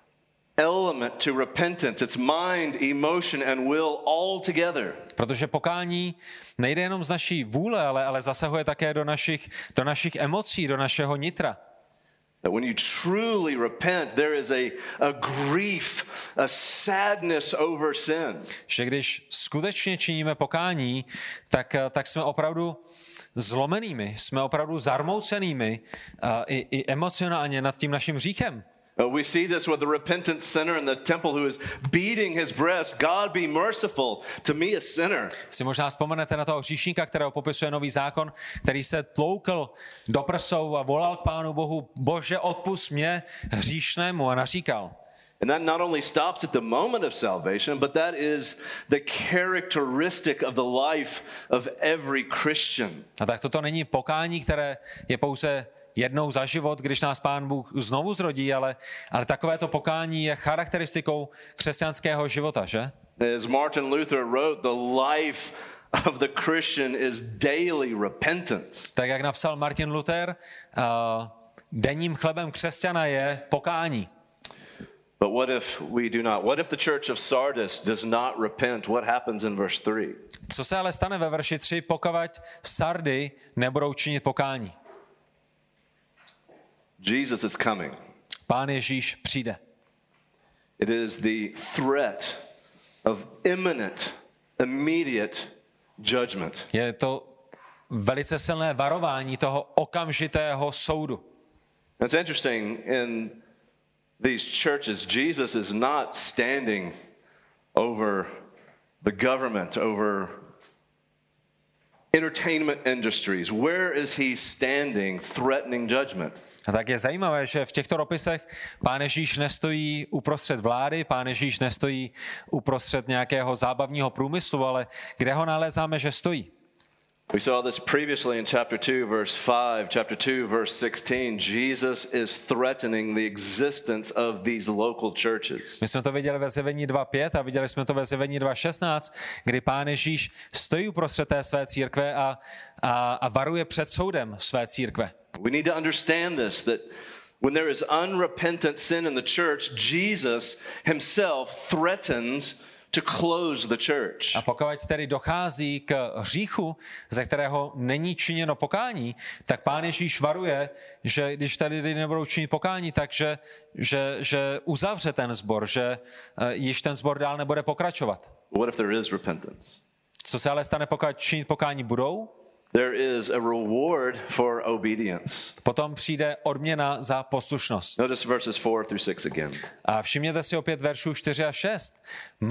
element to repentance. It's mind, emotion and will all together. Protože pokání nejde jenom z naší vůle, ale, ale zasahuje také do našich, do našich emocí, do našeho nitra. That when you truly repent, there is a, a grief, a sadness over sin. Že když skutečně činíme pokání, tak, tak jsme opravdu zlomenými, jsme opravdu zarmoucenými uh, i, i emocionálně nad tím naším hříchem. Uh, we see this with the repentant sinner in the temple who is beating his breast. God be merciful to me, a sinner. Si možná vzpomenete na toho hříšníka, kterého popisuje Nový zákon, který se tloukl do prsou a volal k Pánu Bohu, Bože, odpusť mě hříšnému, a naříkal. And that not only stops at the moment of salvation, but that is the characteristic of the life of every Christian. A tak toto není pokání, které je pouze jednou za život, když nás Pán Bůh znovu zrodí, ale, ale takovéto pokání je charakteristikou křesťanského života, že? As Martin Luther wrote, the life of the Christian is daily repentance. Tak jak napsal Martin Luther, uh, denním chlebem křesťana je pokání. But what if we do not? What if the church of Sardis does not repent? What happens in verse three? Co se ale stane ve verši tři, pokud Sardy nebudou činit pokání? Jesus is coming. Pán Ježíš přijde. It is the threat of imminent, immediate judgment. Je to velice silné varování toho okamžitého soudu. It's interesting, in these churches, Jesus is not standing over the government, over entertainment industries, where is he standing threatening judgment? A tak je zajímavé, že v těchto dopisech Pán Ježíš nestojí uprostřed vlády, Pán Ježíš nestojí uprostřed nějakého zábavního průmyslu, ale kde ho nalézáme, že stojí? We saw this previously in chapter two, verse five, chapter two, verse sixteen. Jesus is threatening the existence of these local churches. My jsme to viděli ve Zjevení dva pět a viděli jsme to ve Zjevení dva šestnáct, kdy Pán Ježíš stojí uprostřed té své církve a, a, a varuje před soudem své církve. We need to understand this, that when there is unrepentant sin in the church, Jesus himself threatens to close the church. A pokud tedy dochází k hříchu, ze kterého není činěno pokání, tak Pán Ježíš varuje, že když tady lidi nebudou činit pokání, takže že, že uzavře ten sbor, že uh, již ten sbor dál nebude pokračovat. What if there is repentance? Co se ale stane, pokud činit pokání budou? There is a reward for obedience. Potom přijde odměna za poslušnost. Notice verses four through six again. A všimněte si opět veršů čtyři a šest.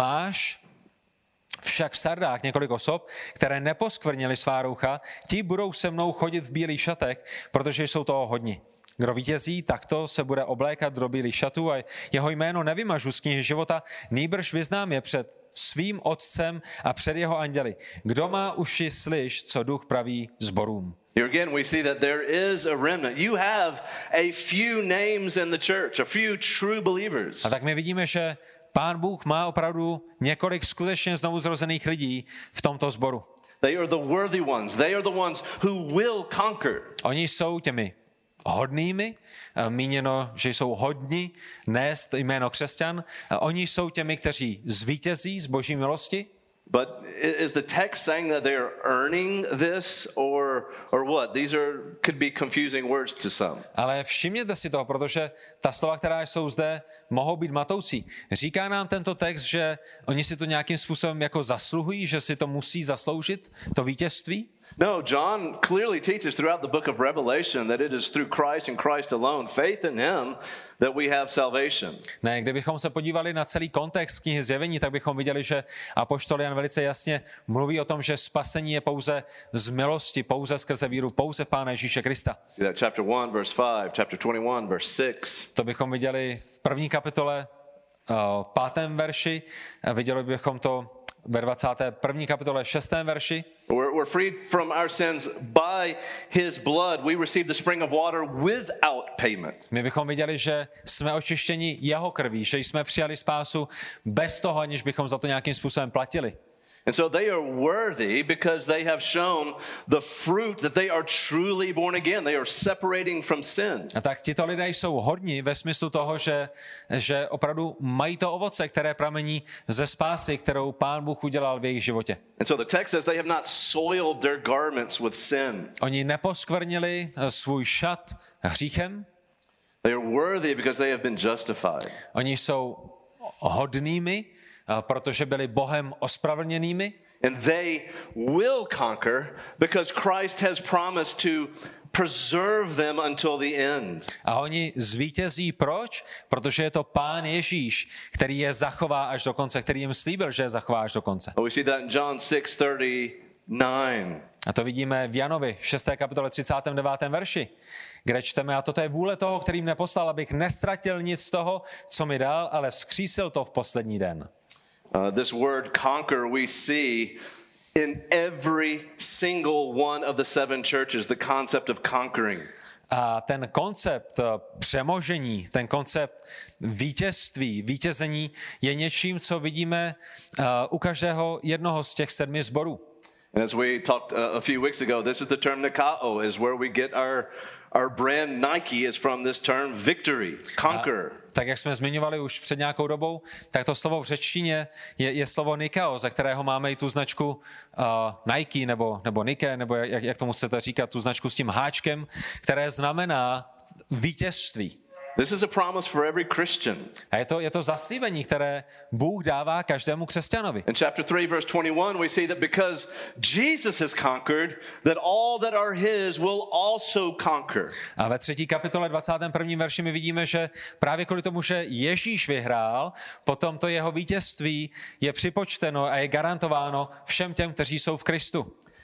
Máš však v Sardách několik osob, které neposkvrnili svá roucha, ti budou se mnou chodit v bílých šatech, protože jsou toho hodni. Kdo vítězí, takto se bude oblékat do bílých šatů a jeho jméno nevymažu z knihy života, nýbrž vyznám je před svým otcem a před jeho anděli. Kdo má uši, slyš, co duch praví sborům. Here again we see that there is a remnant. You have a few names in the church, a few true believers. A tak my vidíme, že Pán Bůh má opravdu několik skutečně znovu zrozených lidí v tomto sboru. They are the worthy ones. They are the ones who will conquer. Oni jsou těmi hodnými, míněno, že jsou hodní nést jméno křesťan. Oni jsou těmi, kteří zvítězí z boží milosti. But is the text saying that they are earning this or or what? These are could be confusing words to some. Ale všimněte si toho, protože ta slova, která jsou zde, mohou být matoucí. Říká nám tento text, že oni si to nějakým způsobem jako zasluhují, že si to musí zasloužit, to vítězství? No, John clearly teaches throughout the book of Revelation that it is through Christ and Christ alone, faith in him, that we have salvation. Ne, kdybychom se podívali na celý kontext knihy Zjevení, tak bychom viděli, že apoštol Jan velice jasně mluví o tom, že spasení je pouze z milosti, pouze skrze víru, pouze v Pána Ježíše Krista. See that chapter one, verse five, chapter twenty-one, verse six. To bychom viděli v první kapitole, uh, pátém verši, a viděli bychom to ve dvacáté první kapitole šestém verši. We're, we're freed from our sins by his blood. We receive the spring of water without payment. My bychom viděli, že jsme očištěni jeho krví, že jsme přijali spásu bez toho, aniž bychom za to nějakým způsobem platili. And so they are worthy because they have shown the fruit that they are truly born again. They are separating from sin. A tak tito lidé jsou hodní ve smyslu toho, že, že opravdu mají to ovoce, které pramení ze spásy, kterou Pán Bůh udělal v jejich životě. And so the text says they have not soiled their garments with sin. Oni neposkvrnili svůj šat hříchem. They are worthy because they have been justified. Oni jsou hodnými, protože byli Bohem ospravedlněnými. And they will conquer because Christ has promised to preserve them until the end. A oni zvítězí proč? Protože je to Pán Ježíš, který je zachová až do konce, který jim slíbil, že je zachová až do konce. We see that in John six thirty-nine. A to vidíme v Janovi šesté kapitole třicátém devátém verši, kde čteme, a toto je vůle toho, který mě poslal, abych nestratil nic z toho, co mi dal, ale vzkřísil to v poslední den. Uh, this word conquer we see in every single one of the seven churches, the concept of conquering. A ten koncept přemožení, ten koncept vítězství, vítězení je něčím, co vidíme uh, u každého jednoho z těch sedmi sborů. And as we talked uh, a few weeks ago, this is the term Nikao, is where we get our our brand Nike is from this term victory, conquer. A tak jak jsme zmiňovali už před nějakou dobou, tak to slovo v řečtině je, je slovo Nikao, za kterého máme i tu značku uh, Nike nebo, nebo Nike, nebo jak, jak tomu chcete říkat, tu značku s tím háčkem, které znamená vítězství. This is a promise for every Christian. A je to, je to zaslíbení, které Bůh dává každému křesťanovi. In chapter three, verse twenty-one, we see that because Jesus has conquered, that all that are his will also conquer. A ve třetí kapitole dvacátém prvním verši my vidíme, že právě kvůli tomu, že Ježíš vyhrál, potom to jeho vítězství je připočteno a je garantováno všem těm, kteří jsou v Kristu.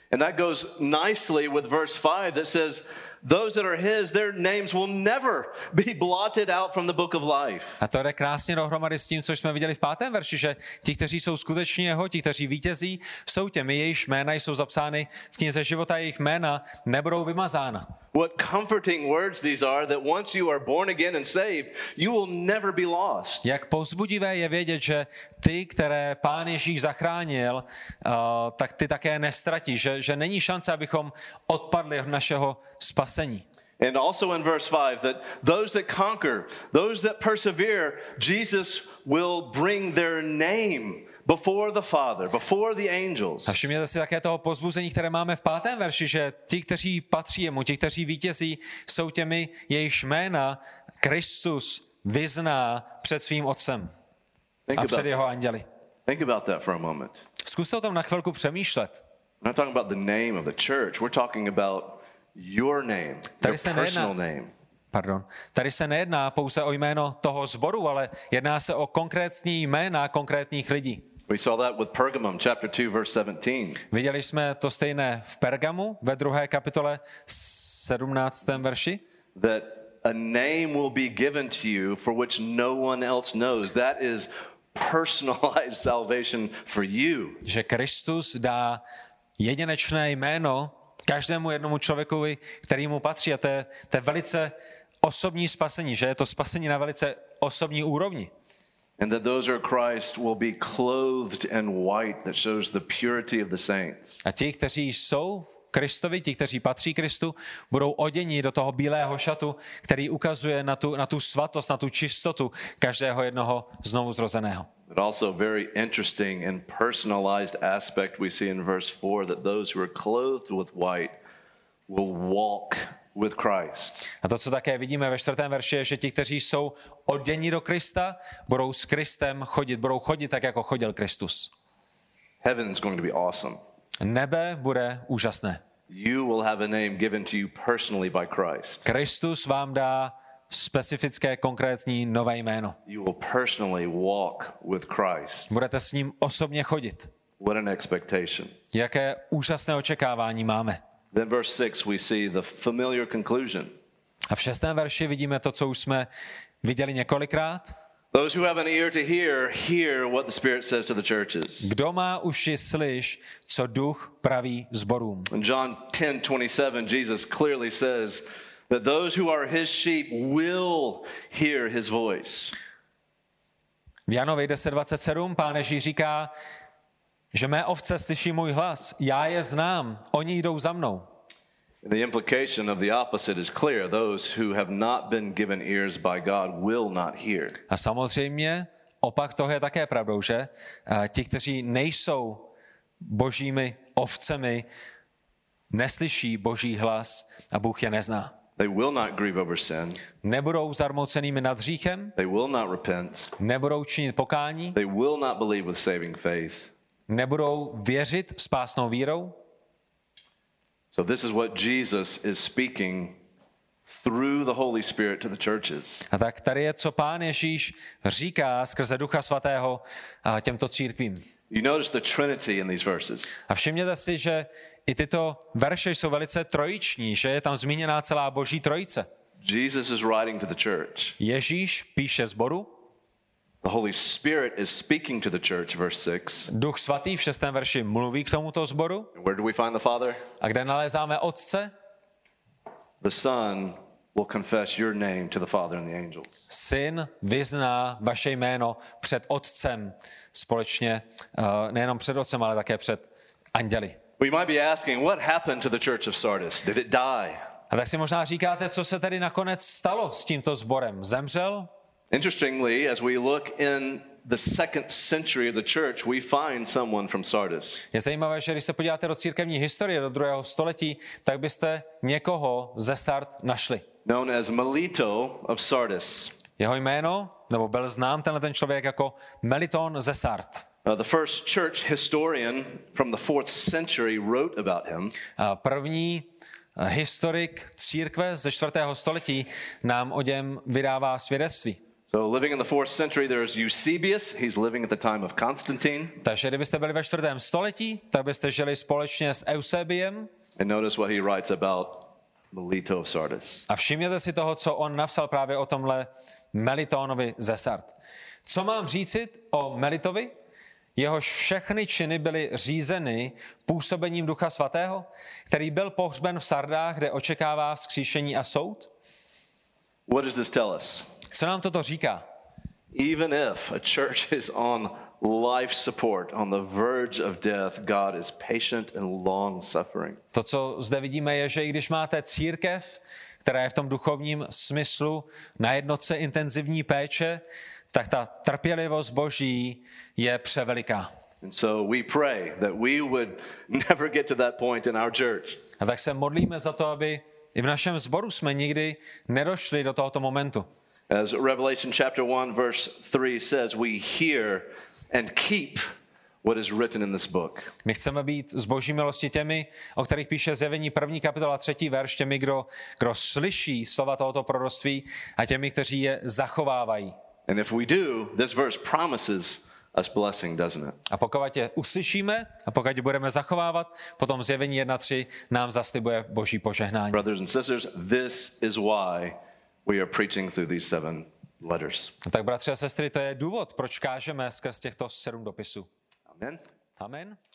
And that goes nicely with verse five that says, those that are his, their names will never be blotted out from the book of life. A to jde krásně dohromady s tím, co jsme viděli v pátém verši, že ti, kteří jsou skutečně jeho, ti, kteří vítězí, jsou těmi, jejichž jména jsou zapsány v knize života, jejich jména nebudou vymazána. What comforting words these are, that once you are born again and saved, you will never be lost. Jak povzbudivé je vědět, že ty, které Pán Ježíš zachránil, uh, tak ty také nestratí, že, že není šance, abychom odpadli od našeho spasení. And also in verse five, that those that conquer, those that persevere, Jesus will bring their name before the Father, before the angels. A všimněte si také toho povzbuzení, které máme v pátém verši, že ti, kteří patří jemu, ti, kteří vítězí, jsou těmi, jejichž jména Kristus vyzná před svým otcem a před jeho anděli. Think about that for a moment. Zkuste o tom na chvilku přemýšlet. We're not talking about the name of the church. We're talking about your name, your personal name. Pardon. Tady se nejedná pouze o jméno toho sboru, ale jedná se o konkrétní jména konkrétních lidí. We saw that with Pergamum, chapter two, verse seventeen. Viděli jsme to stejné v Pergamu ve druhé kapitole sedmnáctém verši. That a name will be given to you for which no one else knows. That is personalized salvation for you. Že Kristus dá jedinečné jméno každému jednomu člověku, který mu patří. A to je, to je velice osobní spasení, že je to spasení na velice osobní úrovni. And that those who are Christ will be clothed in white that shows the purity of the saints. A ti, kteří jsou Kristovi, ti, kteří patří Kristu, budou oděni do toho bílého šatu, který ukazuje na tu, na tu svatost, na tu čistotu každého jednoho znovu zrozeného. But also very interesting and personalized aspect we see in verse four, that those who are clothed with white will walk with Christ. A to, co také vidíme ve čtvrtém verši, je, že ti, kteří jsou oděni do Krista, budou s Kristem chodit, budou chodit tak, jako chodil Kristus. Heaven is going to be awesome. Nebe bude úžasné. You will have a name given to you personally by Christ. Kristus vám dá specifické, konkrétní nové jméno. You will personally walk with Christ. Budete s ním osobně chodit. What an expectation. Jaké úžasné očekávání máme. Then verse six we see the familiar conclusion. A v šestém verši vidíme to, co už jsme viděli několikrát. Those who have an ear to hear, hear what the Spirit says to the churches. Kdo má uši, slyš, co duch praví zborům. In John ten twenty-seven, Jesus clearly says that those who are his sheep will hear his voice. V Janovi deset dvacet sedm Pán Ježíš říká, že mé ovce slyší můj hlas, já je znám, oni jdou za mnou. The implication of the opposite is clear. Those who have not been given ears by God will not hear. A samozřejmě opak toho je také pravdou, že? A ti, kteří nejsou božími ovcemi, neslyší boží hlas a Bůh je nezná. They will not grieve over sin. Nebudou zarmoucenými nad hříchem, They will not repent. nebudou činit pokání, They will not believe with saving faith. nebudou věřit spásnou vírou. So this is what Jesus is speaking through the Holy Spirit to the churches. A tak tady je, co Pán Ježíš říká skrze Ducha Svatého těmto církvím. You notice the Trinity in these verses. A všimněte si, že i tyto verše jsou velice trojiční, že je tam zmíněná celá Boží trojice. Jesus is writing to the church. Ježíš píše sboru. The Holy Spirit is speaking to the church, verse six. Duch Svatý v šestém verši mluví k tomuto sboru. Where do we find the Father? A kde nalézáme Otce? The Son will confess your name to the Father and the angels. Syn vyzná vaše jméno před Otcem společně, nejenom před Otcem, ale také před anděli. We might be asking, what happened to the church of Sardis? Did it die? A tak si možná říkáte, co se tedy nakonec stalo s tímto sborem? Zemřel? Interestingly, as we look in the second century of the church, we find someone from Sardis. Je zajímavé, že když se podíváte do církevní historie do druhého století, tak byste někoho ze Sard našli. Known as Melito of Sardis. Jeho jméno, nebo byl znám tenhle ten člověk jako Meliton ze Sard. Uh, the first church historian from the fourth century wrote about him. A první historik církve ze čtvrtého století nám o něm vydává svědectví. So living in the fourth century, there's Eusebius. He's living at the time of Constantine. Takže kdybyste byli ve čtvrtém století, tak byste žili společně s Eusebiem. And notice what he writes about Melito of Sardis. A všimněte si toho, co on napsal právě o tomhle Melitónovi ze Sard. Co mám říci o Melitovi? Jehož všechny činy byly řízeny působením Ducha Svatého, který byl pohřben v Sardách, kde očekává vzkříšení a soud? What does this tell us? Co nám toto říká? Even if a church is on life support, on the verge of death, God is patient and long suffering. To, co zde vidíme, je, že i když máte církev, která je v tom duchovním smyslu na jednotce intenzivní péče, tak ta trpělivost Boží je převeliká. And so we pray that we would never get to that point in our church. A tak se modlíme za to, aby i v našem sboru jsme nikdy nedošli do tohoto momentu. As Revelation chapter one verse three says, we hear and keep what is written in this book. My chceme být z Boží milosti těmi, o kterých píše Zjevení první kapitola třetí verš, těmi, kdo, kdo slyší slova tohoto proroctví a těmi, kteří je zachovávají. And if we do, this verse promises us blessing, doesn't it? A pokud je uslyšíme a pokud je budeme zachovávat, potom Zjevení jedna tři nám zaslibuje Boží požehnání. Brothers and sisters, this is why we are preaching through these seven letters. A tak bratři a sestry, to je důvod, proč kážeme skrz těchto sedm dopisů. Amen. Amen.